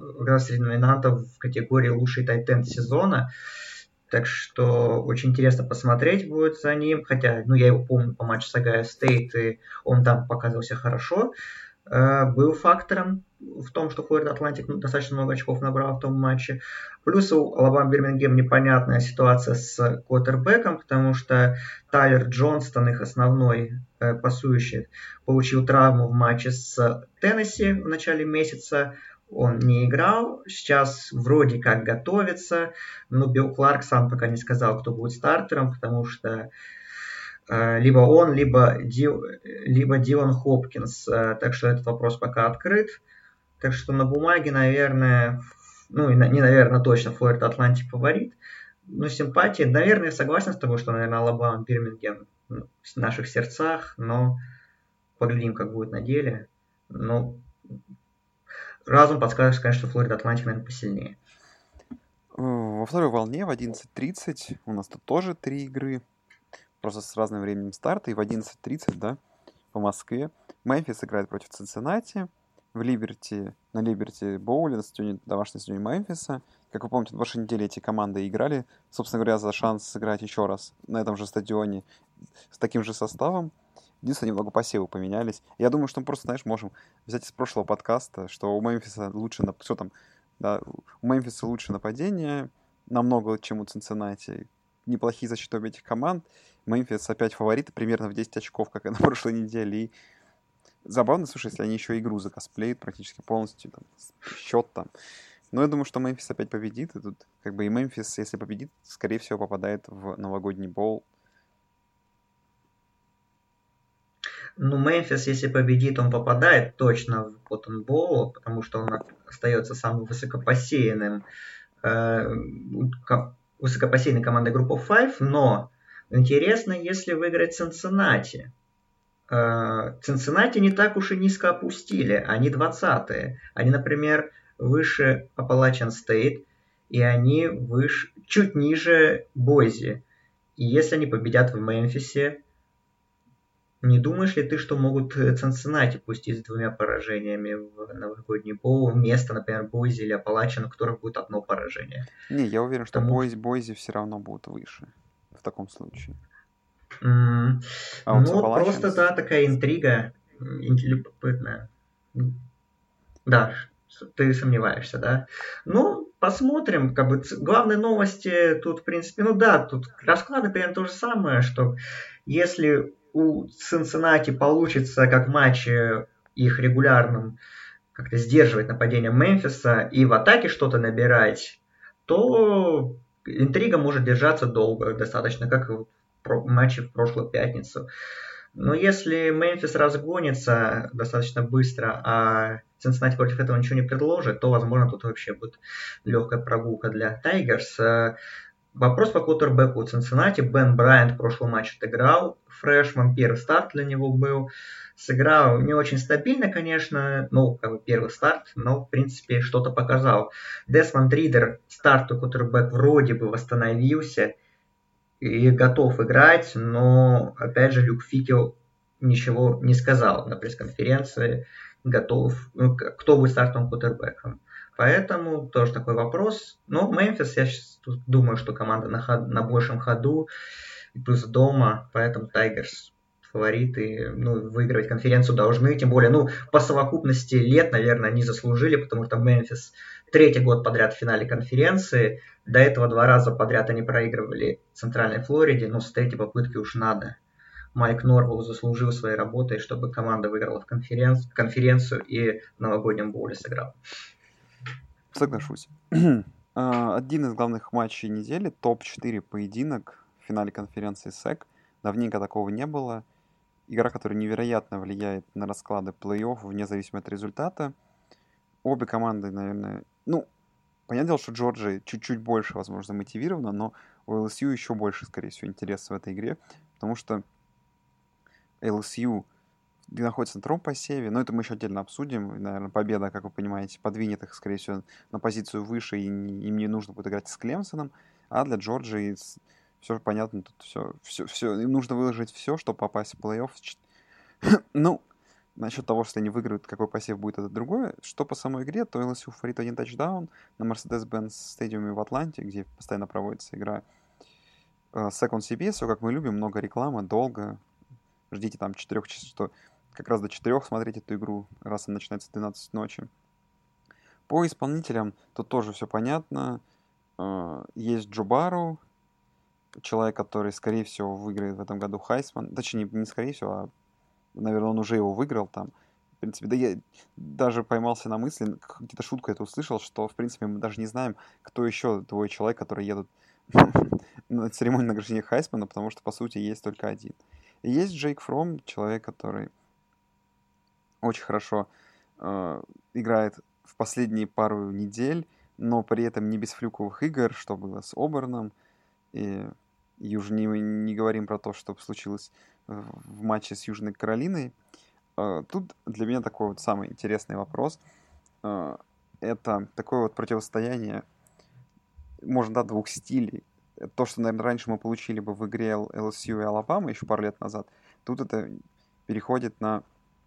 в категории лучший тайтенд сезона. Так что очень интересно посмотреть будет за ним. Хотя, я его помню по матчу с Огайо Стейт, и он там показывался хорошо. Был фактором в том, что Флорида Атлантик достаточно много очков набрал в том матче. Плюс у Алабама Бирмингем непонятная ситуация с квотербеком, потому что Тайлер Джонстон, их основной пасующий, получил травму в матче с Теннесси в начале месяца. Он не играл, сейчас вроде как готовится, но Билл Кларк сам пока не сказал, кто будет стартером, потому что либо он, либо Дилан Хопкинс. Так что этот вопрос пока открыт. Так что на бумаге, наверное, не наверное, точно Флорида Атлантик фаворит. Но симпатии, наверное, я согласен с тобой, что, наверное, Алабама, Бирмингем в наших сердцах, но поглядим, как будет на деле. Но разум подсказывает, конечно, что Флорида Атлантик, наверное, посильнее. Во второй волне в 11:30 у нас тут тоже 3 игры, просто с разным временем старта, и в 11:30, да, по Москве. Мемфис играет против Цинциннати на Либерти Боуле, на домашнем стадионе Мемфиса. Как вы помните, в прошлой неделе эти команды играли, собственно говоря, за шанс сыграть еще раз на этом же стадионе с таким же составом. Единственное, немного посевы поменялись. Я думаю, что мы просто, знаешь, можем взять из прошлого подкаста, что у Мемфиса лучше... Что там? Да, у Мемфиса лучше нападение намного, чем у Цинциннати. Неплохие защиты обеих этих команд. Мемфис опять фавориты, примерно в 10 очков, как и на прошлой неделе. И забавно, слушай, если они еще игру закосплеют практически полностью, там, счет там. Но я думаю, что Мемфис опять победит. И тут как бы и Мемфис, если победит, скорее всего, попадает в новогодний боул. Мемфис, если победит, он попадает точно в Cotton Bowl, потому что он остается самым высокопосеянной командой группы 5, но интересно, если выиграть Цинциннати. Цинциннати не так уж и низко опустили, они 20-е. Они, например, выше Appalachian State, и они чуть ниже Бойзи. И если они победят в Мемфисе, не думаешь ли ты, что могут Цинциннати пустить с 2 поражениями в новогодний боул вместо, например, Бойзи или Апалачин, у которых будет одно поражение? Не, я уверен, что Бойзи все равно будут выше в таком случае. Просто, да, такая интрига любопытная. Да, ты сомневаешься, да? Посмотрим. Главные новости тут, в принципе, тут расклады примерно то же самое, что если у Цинциннати получится, как в матче их регулярном, как-то сдерживать нападение Мемфиса и в атаке что-то набирать, то интрига может держаться долго, достаточно, как и в матче в прошлую пятницу. Но если Мемфис разгонится достаточно быстро, а Цинциннати против этого ничего не предложит, то, возможно, тут вообще будет легкая прогулка для Тайгерс. Вопрос по квотербеку у Цинциннати. Бен Брайант в прошлом матче отыграл. Фрешман, первый старт для него был. Сыграл не очень стабильно, конечно, первый старт, но, в принципе, что-то показал. Десмонд Ридер, стартовый квотербек, вроде бы восстановился и готов играть, но, опять же, Люк Фикел ничего не сказал на пресс-конференции, кто будет стартовым квотербеком. Поэтому тоже такой вопрос. Но Мемфис, я сейчас думаю, что команда на большем ходу, и плюс дома, поэтому Тайгерс фавориты, выигрывать конференцию должны, тем более, по совокупности лет, наверное, они заслужили, потому что Мемфис 3-й год подряд в финале конференции, до этого 2 раза подряд они проигрывали в Центральной Флориде, но с 3-й попытки уж надо. Майк Норвелл заслужил своей работой, чтобы команда выиграла в конференцию и в новогоднем боуле сыграла. Соглашусь. Один из главных матчей недели, топ-4 поединок в финале конференции SEC. Давненько такого не было. Игра, которая невероятно влияет на расклады плей-офф вне зависимости от результата. Обе команды, наверное... понятное дело, что Джорджия чуть-чуть больше, возможно, мотивирована, но у ЛСЮ еще больше, скорее всего, интереса в этой игре, потому что ЛСЮ находится на втором посеве, но это мы еще отдельно обсудим. И, наверное, победа, как вы понимаете, подвинет их, скорее всего, на позицию выше, и им не нужно будет играть с Клемсоном. А для Джорджии все понятно, тут все, им нужно выложить все, чтобы попасть в плей-офф. Ну, насчет того, что они выиграют, какой посев будет, это другое. Что по самой игре, то ЛСЮ фаворит один тачдаун на Mercedes-Benz стадиуме в Атланте, где постоянно проводится игра. Second CBS, все как мы любим, много рекламы, долго. Ждите там 4 часов, что как раз до 4 смотреть эту игру, раз она начинается в 12 ночи. По исполнителям тут тоже все понятно. Есть Джо Барроу, человек, который, скорее всего, выиграет в этом году Хайсман. Точнее, не скорее всего, а, наверное, он уже его выиграл там. В принципе, да я даже поймался на мысли, где-то шутку это услышал, что, в принципе, мы даже не знаем, кто еще двое человек, которые едут на церемонию награждения Хайсмана, потому что, по сути, есть только один. И есть Джейк Фром, человек, который очень хорошо играет в последние пару недель, но при этом не без флюковых игр, что было с Оберном. И уже не говорим про то, что случилось в матче с Южной Каролиной. Тут для меня такой вот самый интересный вопрос. Это такое вот противостояние, можно, да, двух стилей. То, что, наверное, раньше мы получили бы в игре LSU и Алабама еще пару лет назад, тут это переходит на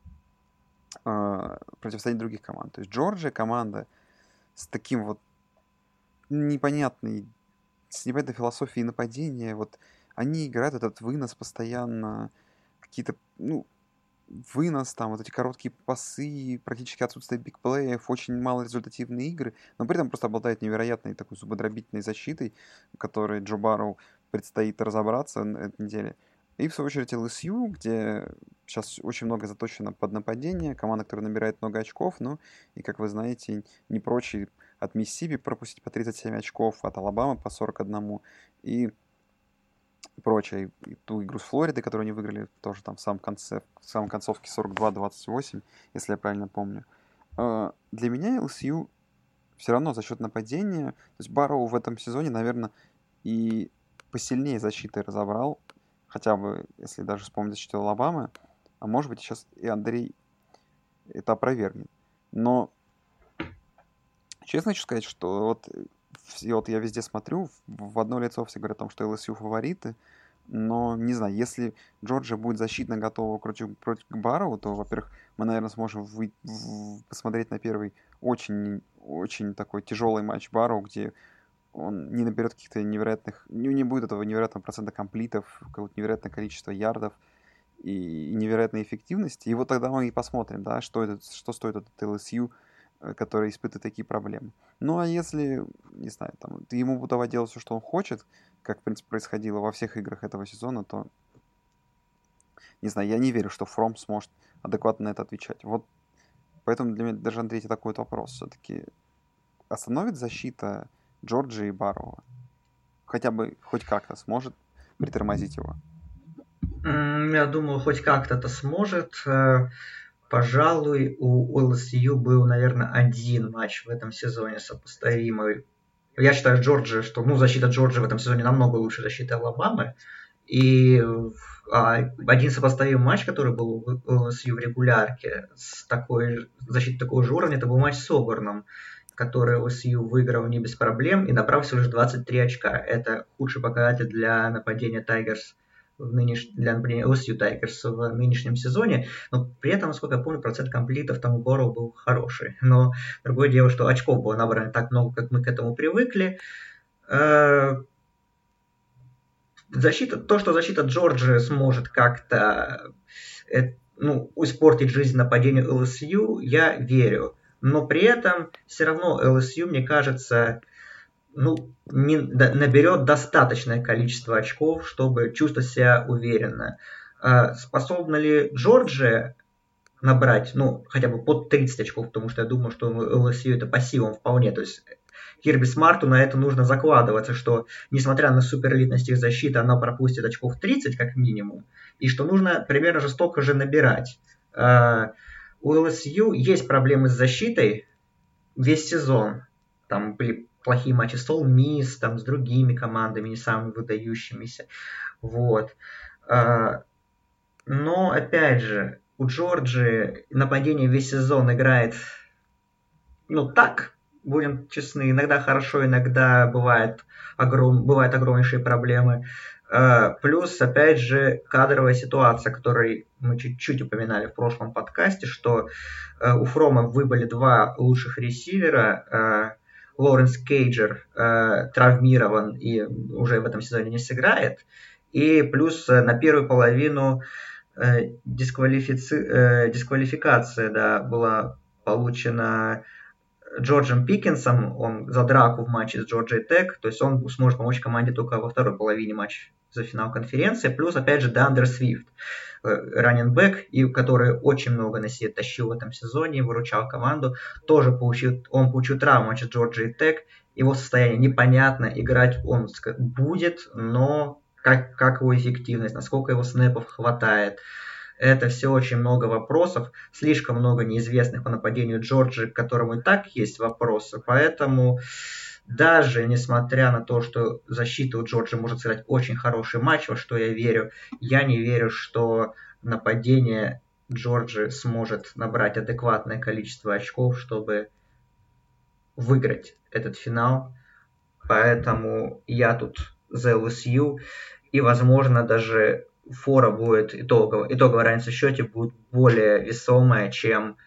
противостояние других команд. То есть Джорджия команда с таким вот с непонятной философией нападения. Вот они играют этот вынос постоянно, какие-то, вынос, там, вот эти короткие пасы, практически отсутствие бигплеев, очень мало результативные игры, но при этом просто обладают невероятной такой зубодробительной защитой, которой Джо Барроу предстоит разобраться на этой неделе. И, в свою очередь, LSU, где сейчас очень много заточено под нападение, команда, которая набирает много очков, и, как вы знаете, не прочь от Миссисипи пропустить по 37 очков, от Алабамы по 41, и прочее. И ту игру с Флоридой, которую они выиграли, тоже там в самом концовке 42-28, если я правильно помню. Для меня LSU все равно за счет нападения, то есть Барроу в этом сезоне, наверное, и посильнее защитой разобрал, хотя бы, если даже вспомнить защиту Алабамы, а может быть сейчас и Андрей это опровергнет. Но честно хочу сказать, что вот я везде смотрю, в одно лицо все говорят о том, что LSU фавориты, но не знаю, если Джорджия будет защитно готова против Барроу, то, во-первых, мы, наверное, сможем посмотреть на первый очень, очень такой тяжелый матч Барроу, где он не наберет каких-то невероятных, не будет этого невероятного процента комплитов, какого-то невероятное количество ярдов и невероятной эффективности. И вот тогда мы и посмотрим, да, что стоит этот LSU, который испытывает такие проблемы. Ну, а если, не знаю, там, ему будут давать делать все, что он хочет, как, в принципе, происходило во всех играх этого сезона, то, не знаю, я не верю, что Фром сможет адекватно на это отвечать. Вот поэтому для меня даже, Андрей, такой вот вопрос. Все-таки остановит защита Джорджии и Барроу? Хотя бы хоть как-то сможет притормозить его? Я думаю, хоть как-то это сможет. Пожалуй, у LSU был, наверное, один матч в этом сезоне сопоставимый. Я считаю Джорджия, что защита Джорджии в этом сезоне намного лучше защиты Алабамы. И один сопоставимый матч, который был у LSU в регулярке с защитой такого же уровня, это был матч с Оберном, который LSU выиграл не без проблем и набрал всего лишь 23 очка. Это худший показатель для нападения Tigers для нападения LSU Tigers в нынешнем сезоне, но при этом, насколько я помню, процент комплитов там у Борроу был хороший. Но другое дело, что очков было набрано так много, как мы к этому привыкли. То, что защита Джорджии сможет как-то испортить жизнь нападению LSU, я верю. Но при этом все равно LSU, мне кажется, не наберет достаточное количество очков, чтобы чувствовать себя уверенно. Способна ли Джорджия набрать, хотя бы под 30 очков, потому что я думаю, что LSU это пассивом вполне. То есть Кирби Смарту на это нужно закладываться, что несмотря на суперэлитность их защиты, она пропустит очков 30 как минимум, и что нужно примерно же столько же набирать. У LSU есть проблемы с защитой весь сезон. там были плохие матчи с Ole Miss, там с другими командами, не самыми выдающимися. Вот. Но, опять же, у Джорджии нападение весь сезон играет, ну, так, будем честны, иногда хорошо, иногда бывают огромнейшие проблемы. Плюс, опять же, кадровая ситуация, которую мы чуть-чуть упоминали в прошлом подкасте, что у Фрома выбыли два лучших ресивера. Лоренс Кейджер травмирован и уже в этом сезоне не сыграет. И плюс на первую половину дисквалификация, да, была получена Джорджем Пикинсом, он за драку в матче с Джорджией Тек, то есть он сможет помочь команде только во второй половине матча за финал конференции, плюс, опять же, Дандер Свифт, раннинбэк, и который очень много на себе тащил в этом сезоне, выручал команду, тоже получил травму в матче с Джорджией Тек, его состояние непонятно, играть он будет, но как его эффективность, насколько его снэпов хватает. Это все очень много вопросов, слишком много неизвестных по нападению Джорджии, к которому и так есть вопросы. Поэтому даже несмотря на то, что защита у Джорджии может сыграть очень хороший матч, во что я не верю, что нападение Джорджии сможет набрать адекватное количество очков, чтобы выиграть этот финал. Поэтому я тут за LSU. И, возможно, даже фора будет итоговая разница в счете будет более весомая, чем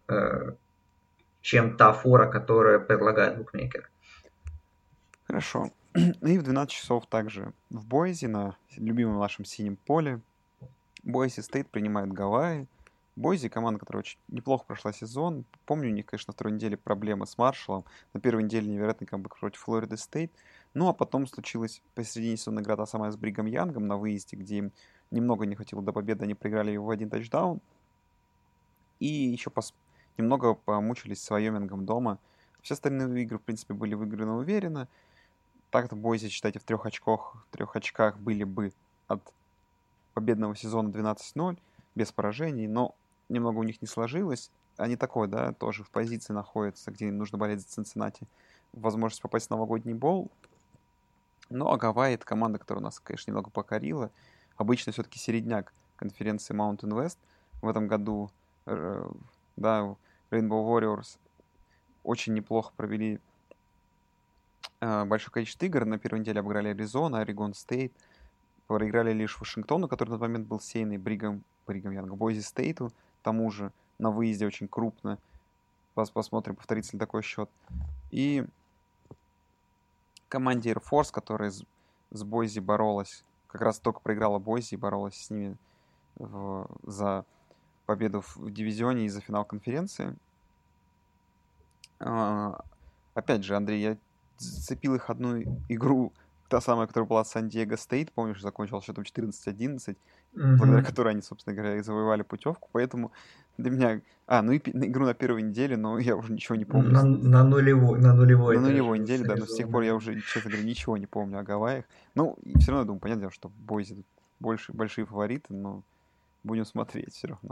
та фора, которую предлагает букмекер. Хорошо. И в 12 часов также в Бойзе, на любимом нашем синем поле, Бойзи Стейт принимает Гавайи. Бойзи — команда, которая очень неплохо прошла сезон. Помню, у них, конечно, на второй неделе проблемы с Маршалом. На первой неделе невероятный камбэк против Флориды Стейт. Ну, а потом случилась посередине сезона игра та самая с Бригам Янгом на выезде, где им немного не хватило до победы. Они проиграли его в один тачдаун. И еще немного помучились с Вайомингом дома. Все остальные игры, в принципе, были выиграны уверенно. Так-то Бойзи, считайте, в 3 очках были бы от победного сезона 12-0, без поражений, но немного у них не сложилось. Они такой, да, тоже в позиции находятся, где им нужно болеть за Цинциннати. Возможность попасть в новогодний боул. Ну, а Гавайи — это команда, которая нас, конечно, немного покорила. Обычно все-таки середняк конференции Mountain West. В этом году, да, Rainbow Warriors очень неплохо провели большое количество игр. На первой неделе обыграли Аризона, Орегон Стейт. Проиграли лишь Вашингтону, который на тот момент был сеянный, Бригам Янга, Бойзи Стейту. К тому же на выезде очень крупно. Посмотрим, повторится ли такой счет. И команде Air Force, которая с Бойзи боролась, как раз только проиграла Бойзи и боролась с ними за победу в дивизионе и за финал конференции. Опять же, Андрей, я зацепил их одну игру, та самая, которая была Сан-Диего Стейт, помнишь, закончил счетом 14-11, благодаря которой они, собственно говоря, завоевали путевку. Поэтому для меня... ну и игру на первой неделе, но я уже ничего не помню. На нулевой неделе, да, но с тех пор я уже, честно говоря, ничего не помню о Гавайях. Ну, и все равно, думаю, понятно, что Бойзи большие фавориты, но будем смотреть все равно.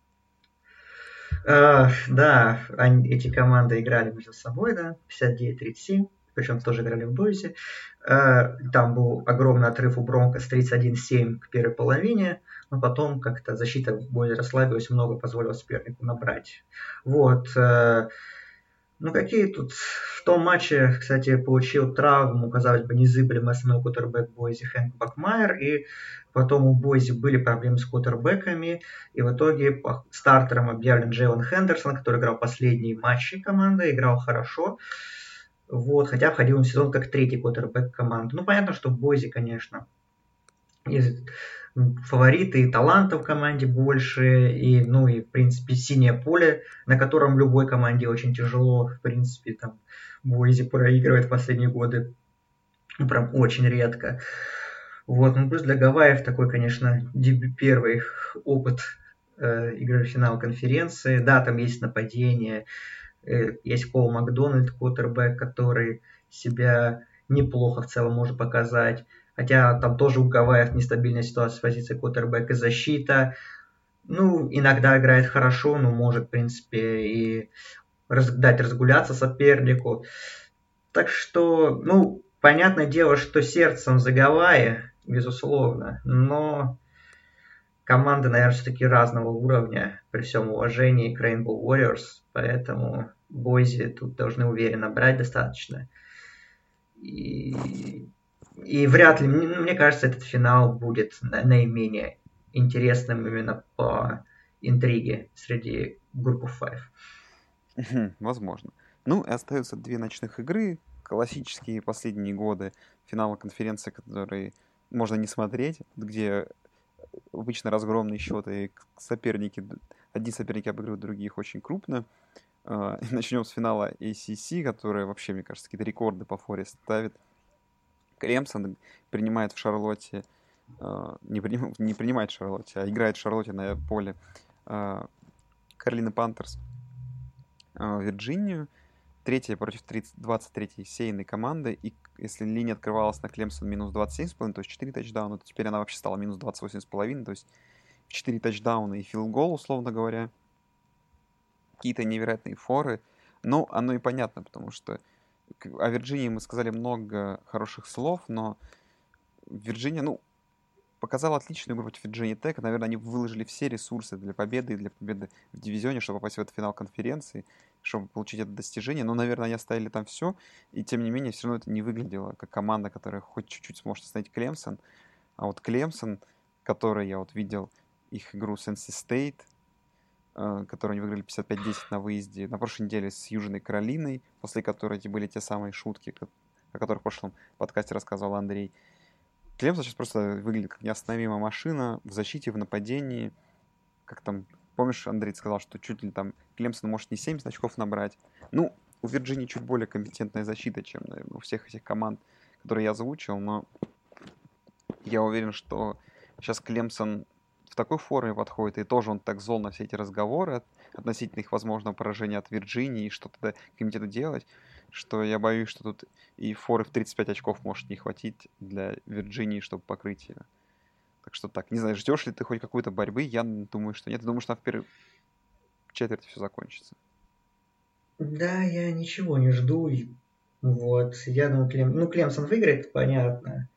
Да, эти команды играли между собой, да, 59-37, причем тоже играли в Бойзе. Там был огромный отрыв у Бронкос 31-7 к первой половине, но потом как-то защита в Бойзе расслабилась, много позволила сопернику набрать. Вот. Ну, какие тут... В том матче, кстати, получил травму, казалось бы, незыблемый основной квотербэк Бойзи Хэнк Бакмайер, и потом у Бойзи были проблемы с квотербэками, и в итоге стартером объявлен Джейлон Хендерсон, который играл последние матчи команды, играл хорошо, вот, хотя входил в сезон как третий квотербэк команды. Ну, понятно, что в Бойзи, конечно, есть фавориты и талантов в команде больше, и, ну, и, в принципе, синее поле, на котором любой команде очень тяжело, в принципе, там, Бойзи проигрывает в последние годы, ну, прям очень редко. Вот, ну, плюс для Гавайев такой, конечно, первый опыт игры в финал конференции. Да, там есть нападение, есть Кол Макдональд, квотербэк, который себя неплохо в целом может показать. Хотя там тоже у Гавайев нестабильная ситуация с позицией квотербэка, защита. Ну, иногда играет хорошо, но может, в принципе, и дать разгуляться сопернику. Так что, ну, понятное дело, что сердцем за Гавайи, безусловно, но команды, наверное, все-таки разного уровня, при всем уважении к Rainbow Warriors, поэтому Бойзи тут должны уверенно брать достаточно. И, и вряд ли, мне кажется, этот финал будет наименее интересным именно по интриге среди группы Five. Возможно. Ну, и остаются две ночных игры, классические последние годы финала конференции, которые можно не смотреть, где обычно разгромные счеты, и одни соперники обыгрывают других очень крупно. Начнем с финала ACC, который вообще, мне кажется, какие-то рекорды по форе ставит. Клемсон принимает в Шарлотте, не принимает в Шарлотте, а играет в Шарлотте на поле Каролина Пантерс Вирджинию. Третья против 23-й сейной команды. И если линия открывалась на Клемсон минус 27,5, то есть 4 тачдауна, то теперь она вообще стала минус 28,5, то есть 4 тачдауна и филд-гол, условно говоря. Какие-то невероятные форы. Но оно и понятно, потому что о Вирджинии мы сказали много хороших слов, но Вирджиния, показала отличную игру против Вирджиния Тек. Наверное, они выложили все ресурсы для победы и для победы в дивизионе, чтобы попасть в этот финал конференции, чтобы получить это достижение. Но, наверное, они оставили там все. И, тем не менее, все равно это не выглядело как команда, которая хоть чуть-чуть сможет остановить Клемсон. А вот Клемсон, который я вот видел их игру с NC State, которую они выиграли 55-10 на выезде на прошлой неделе с Южной Каролиной, после которой эти были те самые шутки, о которых в прошлом подкасте рассказывал Андрей. Клемсон сейчас просто выглядит как неостановимая машина в защите, в нападении. Как там, помнишь, Андрей сказал, что чуть ли там Клемсон может не 70 очков набрать. Ну, у Вирджинии чуть более компетентная защита, чем, наверное, у всех этих команд, которые я озвучил, но я уверен, что сейчас Клемсон в такой форме подходит, и тоже он так зол на все эти разговоры относительно их возможного поражения от Вирджинии и что-то комитету делать, что я боюсь, что тут и форы в 35 очков может не хватить для Вирджинии, чтобы покрыть ее. Так что так, не знаю, ждешь ли ты хоть какой-то борьбы? Я думаю, что нет. Я думаю, что в первой четверти все закончится. Да, я ничего не жду. Вот, я думаю, Клемсон выиграет, понятно.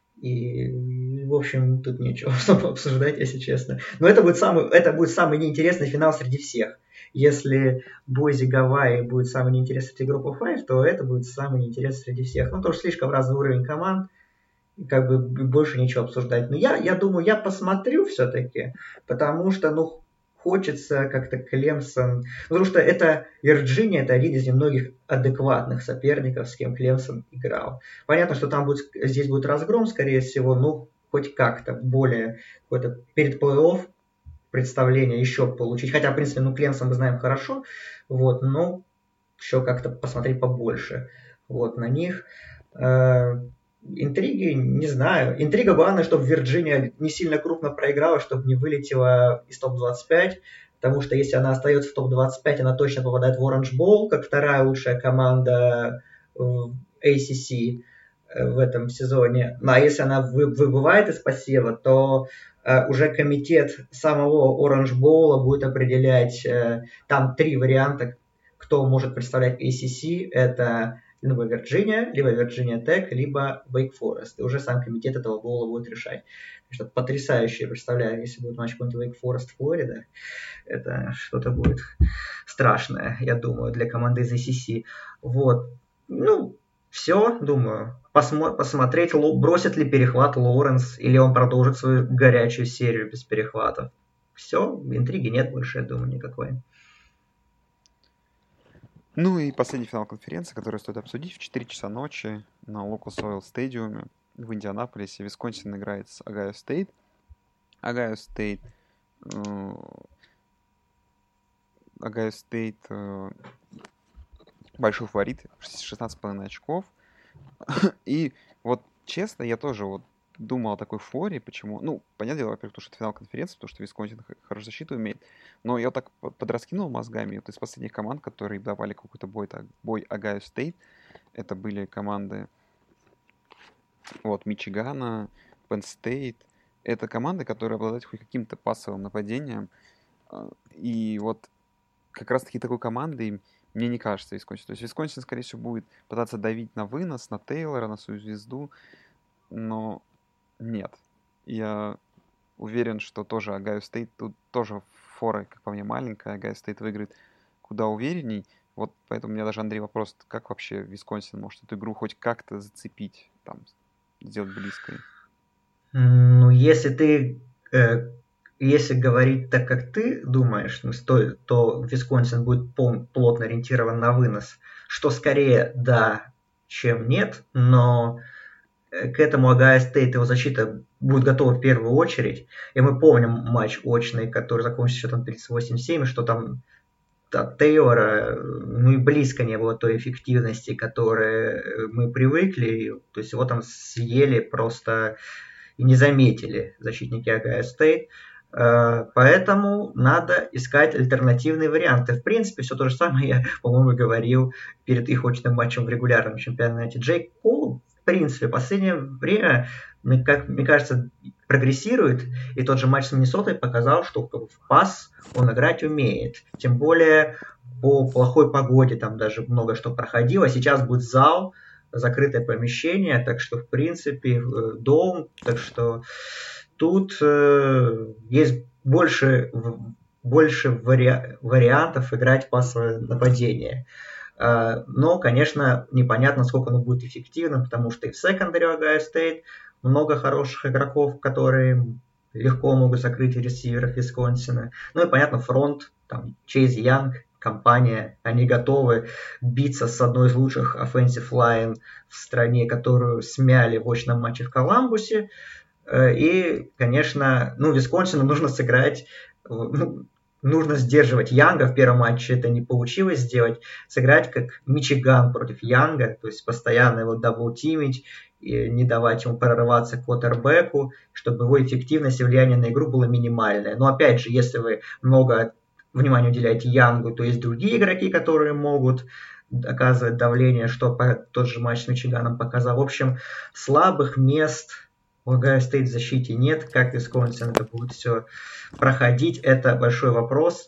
И, в общем, тут нечего особо обсуждать, если честно. Но это будет самый неинтересный финал среди всех. Если Бойзи Гавайи будет самый неинтересный среди группы Five, то это будет самый неинтересный среди всех. Ну, тоже слишком разный уровень команд, как бы больше ничего обсуждать. Но я думаю, я посмотрю все-таки, потому что, хочется как-то Клемсон... Потому что это Вирджиния, это один из немногих адекватных соперников, с кем Клемсон играл. Понятно, что здесь будет разгром, скорее всего, хоть как-то более какое-то перед плей-офф представление еще получить. Хотя, в принципе, Клемсон мы знаем хорошо, вот, но еще как-то посмотреть побольше вот на них. Интриги, не знаю. Интрига главное, чтобы Вирджиния не сильно крупно проиграла, чтобы не вылетела из топ-25, потому что если она остается в топ-25, она точно попадает в Orange Bowl, как вторая лучшая команда в ACC в этом сезоне. Ну, а если она выбывает из посева, то уже комитет самого Orange Bowl будет определять, там 3 варианта, кто может представлять ACC. Это либо Вирджиния, либо Вирджиния Тек, либо Wake Forest. И уже сам комитет этого боула будет решать. Что-то потрясающее, представляю, если будет матч какой-нибудь Wake Forest Флорида, это что-то будет страшное, я думаю, для команды из ACC. Вот. Все, думаю. Посмотреть, бросит ли перехват Лоуренс, или он продолжит свою горячую серию без перехватов. Все, интриги нет больше, я думаю, никакой. Ну и последний финал конференции, который стоит обсудить в 4 часа ночи на Lucas Oil Stadium в Индианаполисе. Висконсин играет с Огайо Стейт. Огайо Стейт большой фаворит, 16,5 очков. И вот честно, я тоже вот думал о такой форе, почему... понятное дело, во-первых, потому что это финал конференции, потому что Висконсин хорошую защиту умеет, но я так подраскинул мозгами, вот из последних команд, которые давали какой-то бой Огайо Стейт, это были команды Мичигана, Penn State, это команды, которые обладают хоть каким-то пассовым нападением, и вот как раз-таки такой командой мне не кажется Висконсин. То есть Висконсин, скорее всего, будет пытаться давить на вынос, на Тейлора, на свою звезду, но нет. Я уверен, что тоже Огайо Стейт, тут тоже фора, как по мне, маленькая, Огайо Стейт выиграет куда уверенней. Вот поэтому у меня даже, Андрей, вопрос, как вообще Висконсин может эту игру хоть как-то зацепить, там, сделать близкой? Ну, если говорить так, как ты думаешь, то Висконсин будет плотно ориентирован на вынос, что скорее да, чем нет, но к этому Огайо Стейт, его защита будет готова в первую очередь. И мы помним матч очный, который закончился счетом 38-7, что там от Тейлора, ну и близко не было той эффективности, к которой мы привыкли. То есть его там съели просто и не заметили защитники Огайо Стейт. Поэтому надо искать альтернативные варианты. В принципе, все то же самое я, по-моему, говорил перед их очным матчем в регулярном чемпионате. Джейк Кол, в принципе, в последнее время, как мне кажется, прогрессирует. И тот же матч с Миннесотой показал, что в пас он играть умеет. Тем более по плохой погоде там даже много что проходило. Сейчас будет зал, закрытое помещение, так что, в принципе, дом, так что тут есть больше вариантов играть пасовое нападение. Но, конечно, непонятно, сколько оно будет эффективным, потому что и в секондаре Огайо Стейт много хороших игроков, которые легко могут закрыть ресиверов Висконсина. Ну и, понятно, фронт, там, Чейз Янг, компания, они готовы биться с одной из лучших offensive line в стране, которую смяли в очном матче в Коламбусе. И, конечно, Висконсину нужно сыграть, нужно сдерживать Янга. В первом матче это не получилось сделать. Сыграть как Мичиган против Янга, то есть постоянно его даблтимить, и не давать ему прорываться к квотербеку, чтобы его эффективность и влияние на игру было минимальное. Но опять же, если вы много внимания уделяете Янгу, то есть другие игроки, которые могут оказывать давление, что тот же матч с Мичиганом показал. В общем, слабых мест у Огайо Стейт в защите нет. Как Висконсин это будет все проходить, это большой вопрос.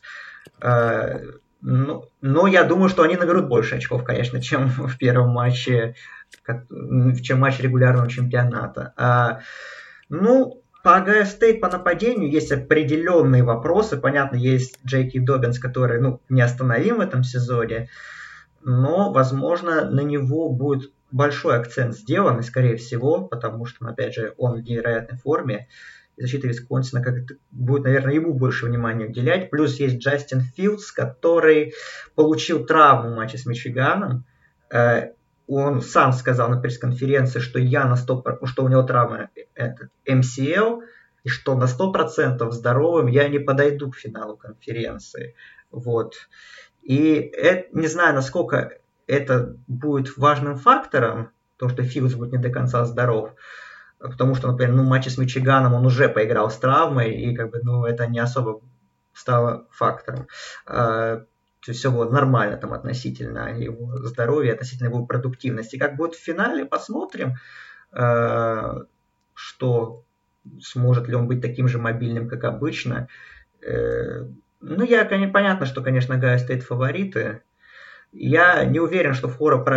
Но я думаю, что они наберут больше очков, конечно, чем в первом матче, чем матч регулярного чемпионата. По Огайо Стейт, по нападению есть определенные вопросы. Понятно, есть Джейки Доббинс, который неостановим в этом сезоне, но, возможно, на него будет большой акцент сделан, и скорее всего, потому что, опять же, он в невероятной форме, и защита Висконсина будет, наверное, ему больше внимания уделять. Плюс есть Джастин Филдс, который получил травму в матче с Мичиганом. Он сам сказал на пресс-конференции, что что у него травма MCL, и что на 100% здоровым я не подойду к финалу конференции. Вот. И не знаю, насколько это будет важным фактором, то, что Филдс будет не до конца здоров, потому что, например, в матче с Мичиганом он уже поиграл с травмой, и это не особо стало фактором. То есть все было нормально там относительно его здоровья, относительно его продуктивности. Как будет в финале, посмотрим, что сможет ли он быть таким же мобильным, как обычно. Понятно, что, конечно, Огайо Стейт фавориты. Я не уверен, что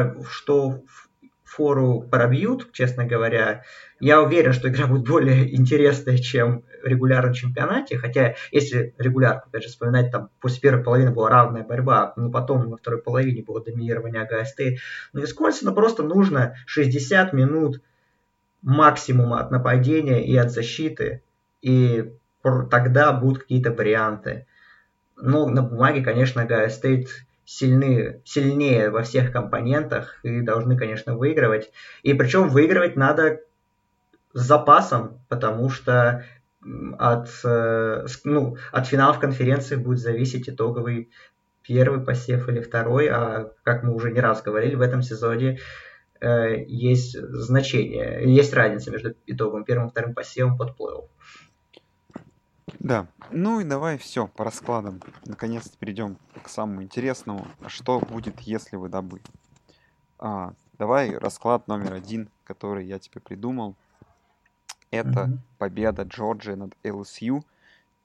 фору пробьют, честно говоря. Я уверен, что игра будет более интересная, чем в регулярном чемпионате. Хотя, если регулярку, опять же, вспоминать, там после первой половины была равная борьба, но потом во второй половине было доминирование Огайо Стейт. Но Висконсину просто нужно 60 минут максимума от нападения и от защиты, и тогда будут какие-то варианты. Но на бумаге, конечно, Огайо Стейт сильнее во всех компонентах и должны, конечно, выигрывать. И причем выигрывать надо с запасом, потому что от финалов конференции будет зависеть итоговый первый посев или второй. А как мы уже не раз говорили, в этом сезоне есть значение, есть разница между итоговым первым и вторым посевом под плей-офф. Да, и давай все по раскладам. Наконец-то перейдем к самому интересному. Что будет, если вы добыли? Давай расклад номер 1, который я тебе придумал. Это победа Джорджии над ЛСЮ.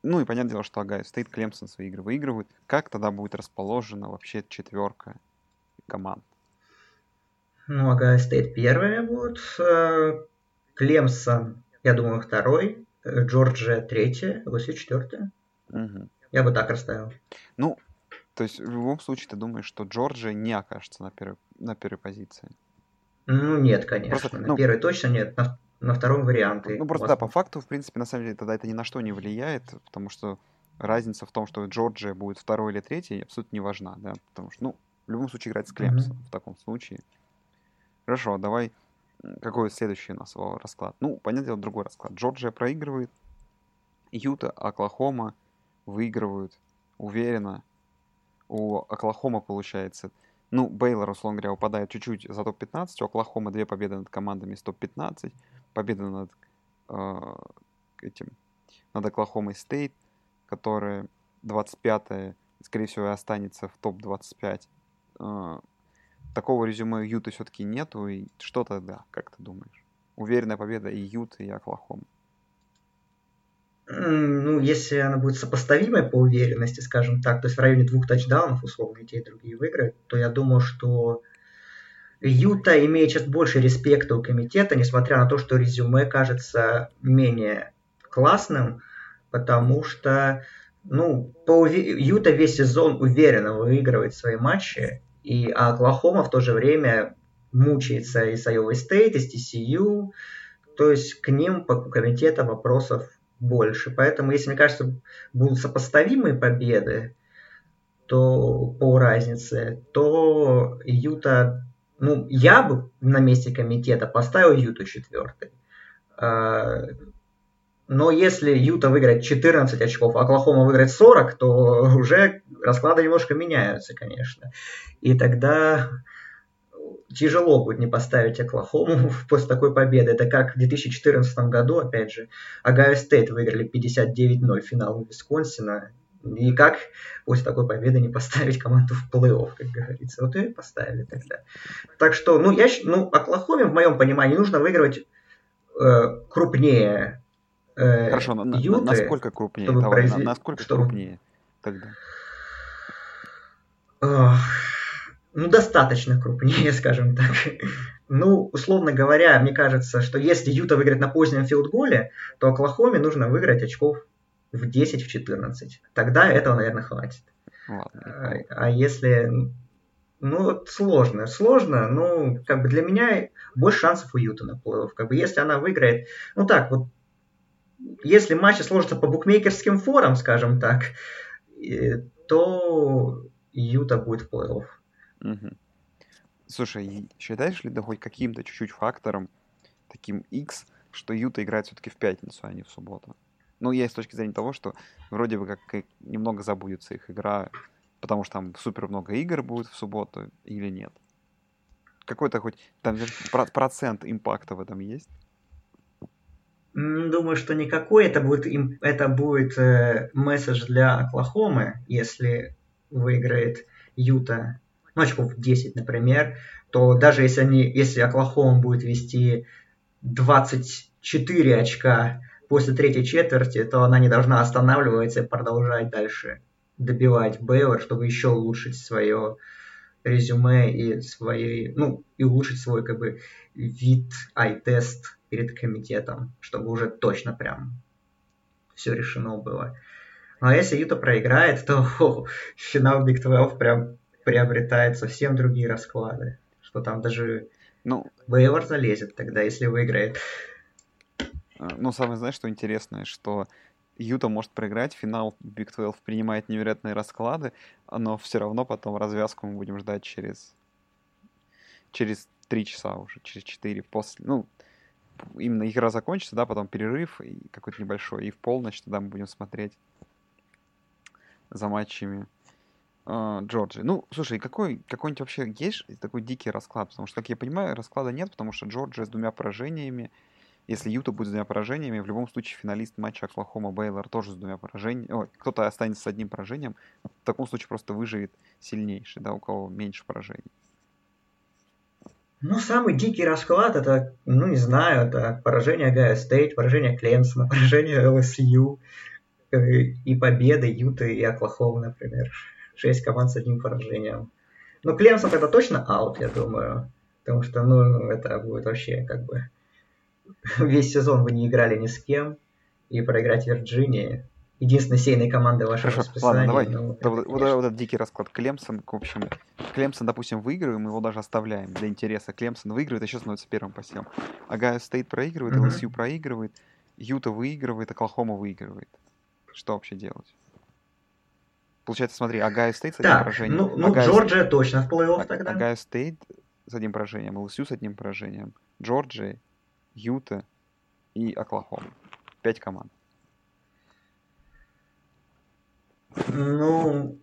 Ну и понятное дело, что Огайо Стейт, Клемсон свои игры выигрывают. Как тогда будет расположена вообще четверка команд? Ну, Огайо Стейт первая будет, Клемсон, я думаю, второй, Джорджия третья, ЛСЮ четвертая. Мгм. Я бы так расставил. Ну, то есть в любом случае ты думаешь, что Джорджия не окажется на первой позиции? Ну, нет, Просто, конечно. На первой точно нет. На втором варианты, просто да, по возможно. факту, в принципе, на самом деле тогда это ни на что не влияет, потому что разница в том, что Джорджия будет второй или третий, абсолютно не важна, да, потому что, ну, в любом случае играть с Клемсом Мгм. в таком случае. Хорошо, давай, какой следующий у нас расклад? Ну, понятное дело, другой расклад. Джорджия проигрывает, Юта, Оклахома выигрывают уверенно. У Оклахома получается. Ну, Бейлор, условно говоря, упадает чуть-чуть за топ-15. У Оклахомы 2 победы над командами из топ-15. Победа над э, этим, над Оклахомой Стейт, которая 25-я, скорее всего, и останется в топ-25. Э, Такого резюме у Юты все-таки нету. И что тогда, как ты думаешь? Уверенная победа и Юты, и Оклахомы. Ну, если она будет сопоставимой по уверенности, скажем так, то есть в районе 2 тачдаунов, условно, и те, и другие выиграют, то я думаю, что Юта имеет сейчас больше респекта у комитета, несмотря на то, что резюме кажется менее классным, потому что Юта весь сезон уверенно выигрывает свои матчи, а Оклахома в то же время мучается и с Iowa State, и с TCU, то есть к ним по комитета вопросов больше. Поэтому, если, мне кажется, будут сопоставимые победы, то по разнице, то Юта, ну, я бы на месте комитета поставил Юту четвертой. Но если Юта выиграет 14 очков, а Оклахома выиграет 40, то уже расклады немножко меняются, конечно. И тогда тяжело будет не поставить Оклахому после такой победы. Это как в 2014 году, опять же, Огайо Стейт выиграли 59-0 финал у Висконсина. И как после такой победы не поставить команду в плей-офф, как говорится. Вот ее поставили тогда. Так что, Оклахоме, в моем понимании, нужно выигрывать крупнее Хорошо, Юты, насколько крупнее? чтобы Давай, произвести... насколько Чтобы... крупнее тогда? Достаточно крупнее, скажем так. Ну, условно говоря, мне кажется, что если Юта выиграет на позднем филдголе, то Оклахоме нужно выиграть очков в 10-14. Тогда этого, наверное, хватит. Ладно, я понял. А если... сложно. Как бы для меня больше шансов у Юта на плей-офф. Как бы если она выиграет... Если матчи сложатся по букмекерским форам, скажем так, то Юта будет в плей-офф. Мгм. Слушай, считаешь ли ты хоть каким-то чуть-чуть фактором, таким X, что Юта играет все-таки в пятницу, а не в субботу? Ну, я с точки зрения того, что вроде бы как немного забудется их игра, потому что там супер много игр будет в субботу или нет? Какой-то хоть там процент импакта в этом есть? Думаю, что никакой. Это будет месседж для Оклахомы, если выиграет Юта, очков 10, например, то даже если Оклахома будет вести 24 очка после третьей четверти, то она не должна останавливаться и продолжать дальше добивать Бейлор, чтобы еще улучшить свое резюме и улучшить свой как бы вид ай-тест перед комитетом, чтобы уже точно прям все решено было. Ну а если Юта проиграет, то финал Big 12 прям приобретает совсем другие расклады. Что там даже Ну, Бейвор залезет тогда, если выиграет. ну, самое, знаешь, что интересное, что Юта может проиграть, финал Big 12 принимает невероятные расклады, но все равно потом развязку мы будем ждать через 3 часа уже, через 4 после, ну, именно игра закончится, да, потом перерыв и какой-то небольшой, и в полночь тогда мы будем смотреть за матчами Джорджии. Ну, слушай, какой-нибудь вообще есть такой дикий расклад? Потому что, как я понимаю, расклада нет, потому что Джорджия с 2 поражениями. Если Юта будет с 2 поражениями, в любом случае финалист матча Оклахома Бейлор тоже с 2 поражениями. Ой, кто-то останется с 1 поражением. В таком случае просто выживет сильнейший, да, у кого меньше поражений. Самый дикий расклад это, не знаю, это поражение Гайо Стейт, поражение Клемсона, поражение ЛСЮ. и победы Юты и Оклахомы, например. 6 команд с одним поражением. Ну, Клемсон тогда точно аут, я думаю. Потому что, ну, это будет вообще как бы... Весь сезон вы не играли ни с кем. И проиграть Вирджинии. Единственной сейной командой в вашем Хорошо, ладно, расписании, давай. ну, Да, это, вот конечно... этот дикий расклад. Клемсон, в общем, Клемсон, допустим, выигрываем, мы его даже оставляем для интереса. Клемсон выигрывает, еще становится первым по силам. Огайо Стейт проигрывает, ЛСЮ Мгм. проигрывает, Юта выигрывает, Оклахома выигрывает. Что вообще делать? Получается, смотри, Огайо Стейт с одним Так, поражением, Джорджия точно в плей-офф тогда. Огайо Стейт с одним поражением, ЛСЮ с одним поражением, Джорджия, Юта и Оклахома. 5 команд. Ну,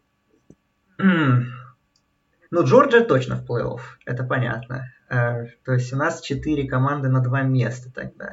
ну, Джорджия точно в плей-офф, это понятно. То есть у нас 4 команды на 2 места тогда.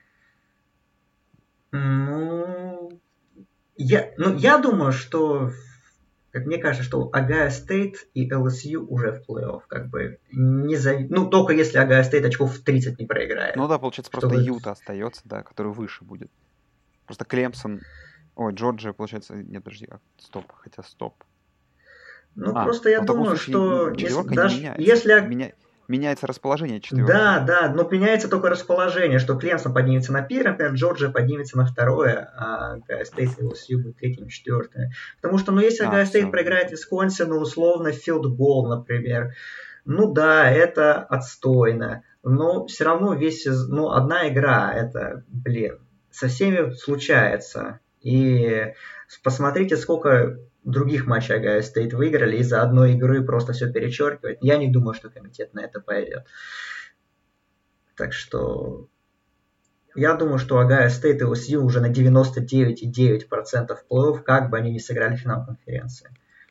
Ну, я думаю, что, как мне кажется, что Огайо Стейт и ЛСЮ уже в плей-офф, как бы, ну, только если Огайо Стейт очков в 30 не проиграет. Ну да, получается, просто Чтобы... Юта остается, да, который выше будет. Просто Клемсон... Ой, Джорджия, получается... Нет, подожди, стоп, хотя стоп. Ну, А, просто я в таком думаю, случае что четверка не даже меняется. если... Меняется расположение четверки. Да, да, но меняется только расположение, что Клемсон поднимется на первое, например, Джорджия поднимется на второе, а Огайо Стейт и ЛСЮ будет третьим, четвертое. Потому что, ну, если Огайо Стейт Все. проиграет Висконсину, условно, филд-гол, например, ну да, это отстойно, но все равно ну, одна игра, это, блин, со всеми случается. И посмотрите, сколько других матчей Огайо Стейт выиграли из-за одной игры просто все перечеркивать. Я не думаю, что комитет на это пойдет. Так что я думаю, что Огайо Стейт и ЛСЮ уже на 99,9% плей-офф, как бы они ни сыграли финал конференции.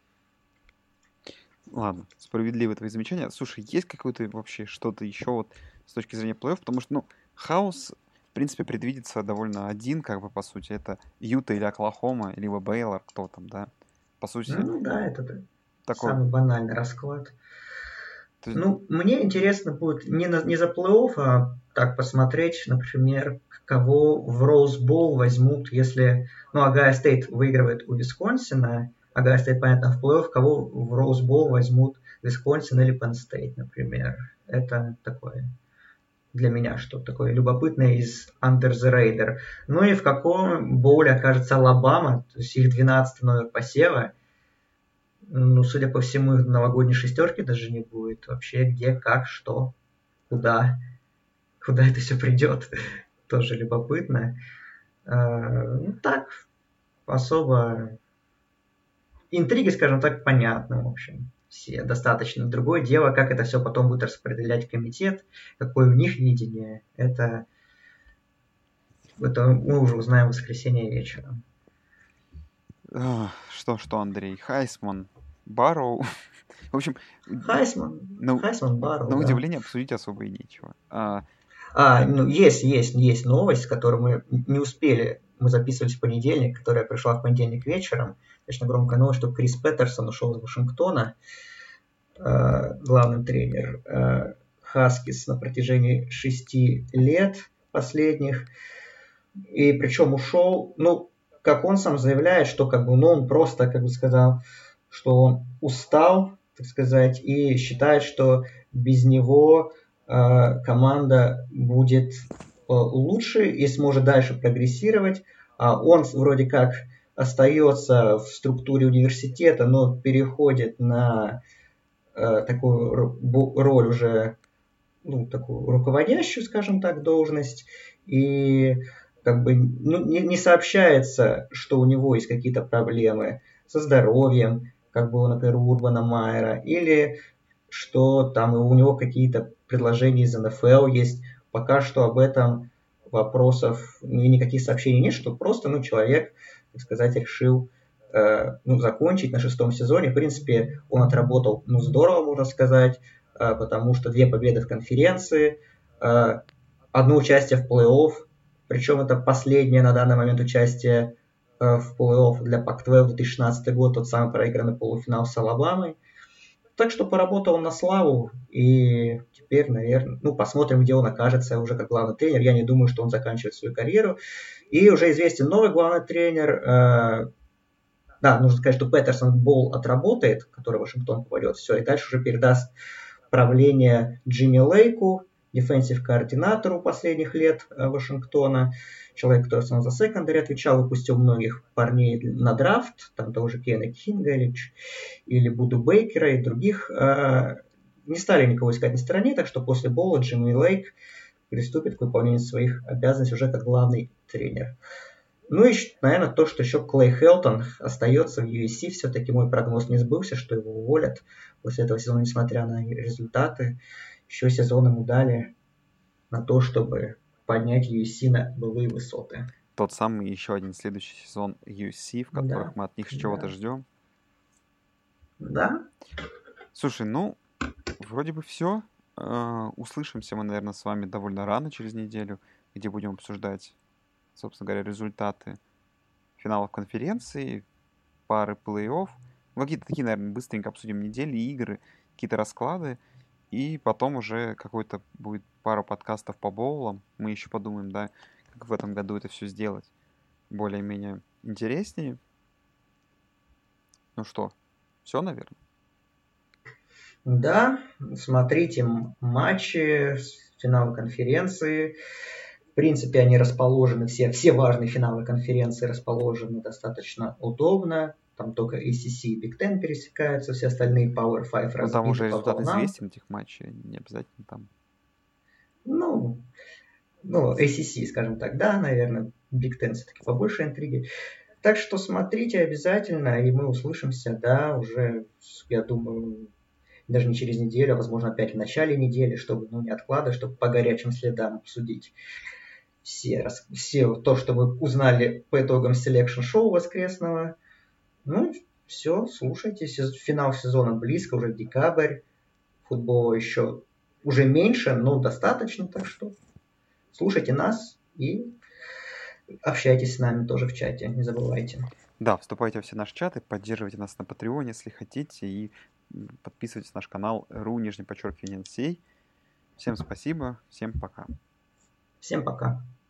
Ладно, справедливо твои замечания. Слушай, есть какое-то вообще что-то еще вот с точки зрения плей-офф? Потому что, ну, хаос, в принципе, предвидится довольно один, как бы, по сути. Это Юта или Оклахома, либо Бейлор, кто там, да? По сути, Ну да, это такой... самый банальный расклад. То есть, Ну, мне интересно будет не за плей-офф, а так посмотреть, например, кого в Роуз Боул возьмут, если, ну, Огайо Стейт выигрывает у Висконсина, Огайо Стейт, понятно, в плей-офф, кого в Роуз Боул возьмут Висконсин или Penn State, например. Это такое для меня что-то такое любопытное из Under the Radar. Ну и в каком боуле окажется Алабама, то есть их 12 номер посева. Ну, судя по всему, их новогодней шестерки даже не будет. Вообще, где, как, что, куда, куда это все придет. Тоже любопытно. Ну, так, особо... Интриги, скажем так, понятны, в общем. Все достаточно. Другое дело, как это все потом будет распределять комитет, какое у них видение. Это мы уже узнаем в воскресенье вечером. что, Андрей? Хайсман, Барроу. В общем, Хайсман, Барроу, на да. удивление обсудить особо и нечего. Ну, есть новость, которую мы не успели. Мы записывались в понедельник, которая пришла в понедельник вечером. Точно громкая новость, что Крис Петерсон ушел из Вашингтона, главный тренер Хаскис на протяжении 6 лет последних. И причем ушел, ну, как он сам заявляет, что как бы, ну, он просто, как бы сказал, что он устал, так сказать, и считает, что без него команда будет лучше и сможет дальше прогрессировать. Он вроде как остается в структуре университета, но переходит на такую роль уже, ну, такую руководящую, скажем так, должность. И как бы ну, не сообщается, что у него есть какие-то проблемы со здоровьем, как было, например, у Урбана Майера, или что там у него какие-то предложения из НФЛ есть. Пока что об этом вопросов, никаких сообщений нет, что просто, ну, человек, так сказать, решил закончить на 6-м сезоне. В принципе, он отработал, ну, здорово, можно сказать, потому что 2 победы в конференции, одно участие в плей-офф, причем это последнее на данный момент участие в плей-офф для Pac-12 2016 год, тот самый проигранный полуфинал с Алабамой. Так что поработал он на славу, и теперь, наверное, ну, посмотрим, где он окажется уже как главный тренер. Я не думаю, что он заканчивает свою карьеру. И уже известен новый главный тренер. Да, нужно сказать, что Петерсон Болл отработает, который в Вашингтон попадет, все, и дальше уже передаст правление Джимми Лейку, дефенсив-координатору последних лет Вашингтона, человек, который сам за секондари отвечал, выпустил многих парней на драфт, там того же Кена Кинга или Буду Бейкера и других. Не стали никого искать на стороне, так что после Болла Джимми Лейк приступит к выполнению своих обязанностей уже как главный тренер. Ну и, наверное, то, что еще Клей Хелтон остается в USC, все-таки мой прогноз не сбылся, что его уволят после этого сезона, несмотря на результаты. Еще сезон ему дали на то, чтобы поднять USC на былые высоты. Тот самый еще один следующий сезон USC, в которых Да, мы от них чего-то ждем. Да. Слушай, ну, вроде бы все. Услышимся мы, наверное, с вами довольно рано, через неделю, где будем обсуждать, собственно говоря, результаты финалов конференции, пары плей-офф. Ну, какие-то такие, наверное, быстренько обсудим недели, игры, какие-то расклады. И потом уже какой-то будет пара подкастов по боулам. Мы еще подумаем, да, как в этом году это все сделать более-менее интереснее. Ну что, все, наверное? Да, смотрите матчи, финалы конференции. В принципе, они расположены, все важные финалы конференции расположены достаточно удобно. Там только ACC и Big Ten пересекаются, все остальные Power 5 Ну, там разбиты уже по результат волнам. известен этих матчей, не обязательно там. Ну, ACC, скажем так, да, наверное, Big Ten все-таки побольше интриги. Так что смотрите обязательно, и мы услышимся, да, уже, я думаю, даже не через неделю, а, возможно, опять в начале недели, чтобы, не откладывать, чтобы по горячим следам обсудить все то, что мы узнали по итогам селекшн-шоу воскресного. Ну, все, слушайте, финал сезона близко, уже декабрь, футбола еще уже меньше, но достаточно, так что слушайте нас и общайтесь с нами тоже в чате, не забывайте. Да, вступайте во все наши чаты, поддерживайте нас на Патреоне, если хотите, и подписывайтесь на наш канал ru_NSA. Всем спасибо, всем пока. Всем пока.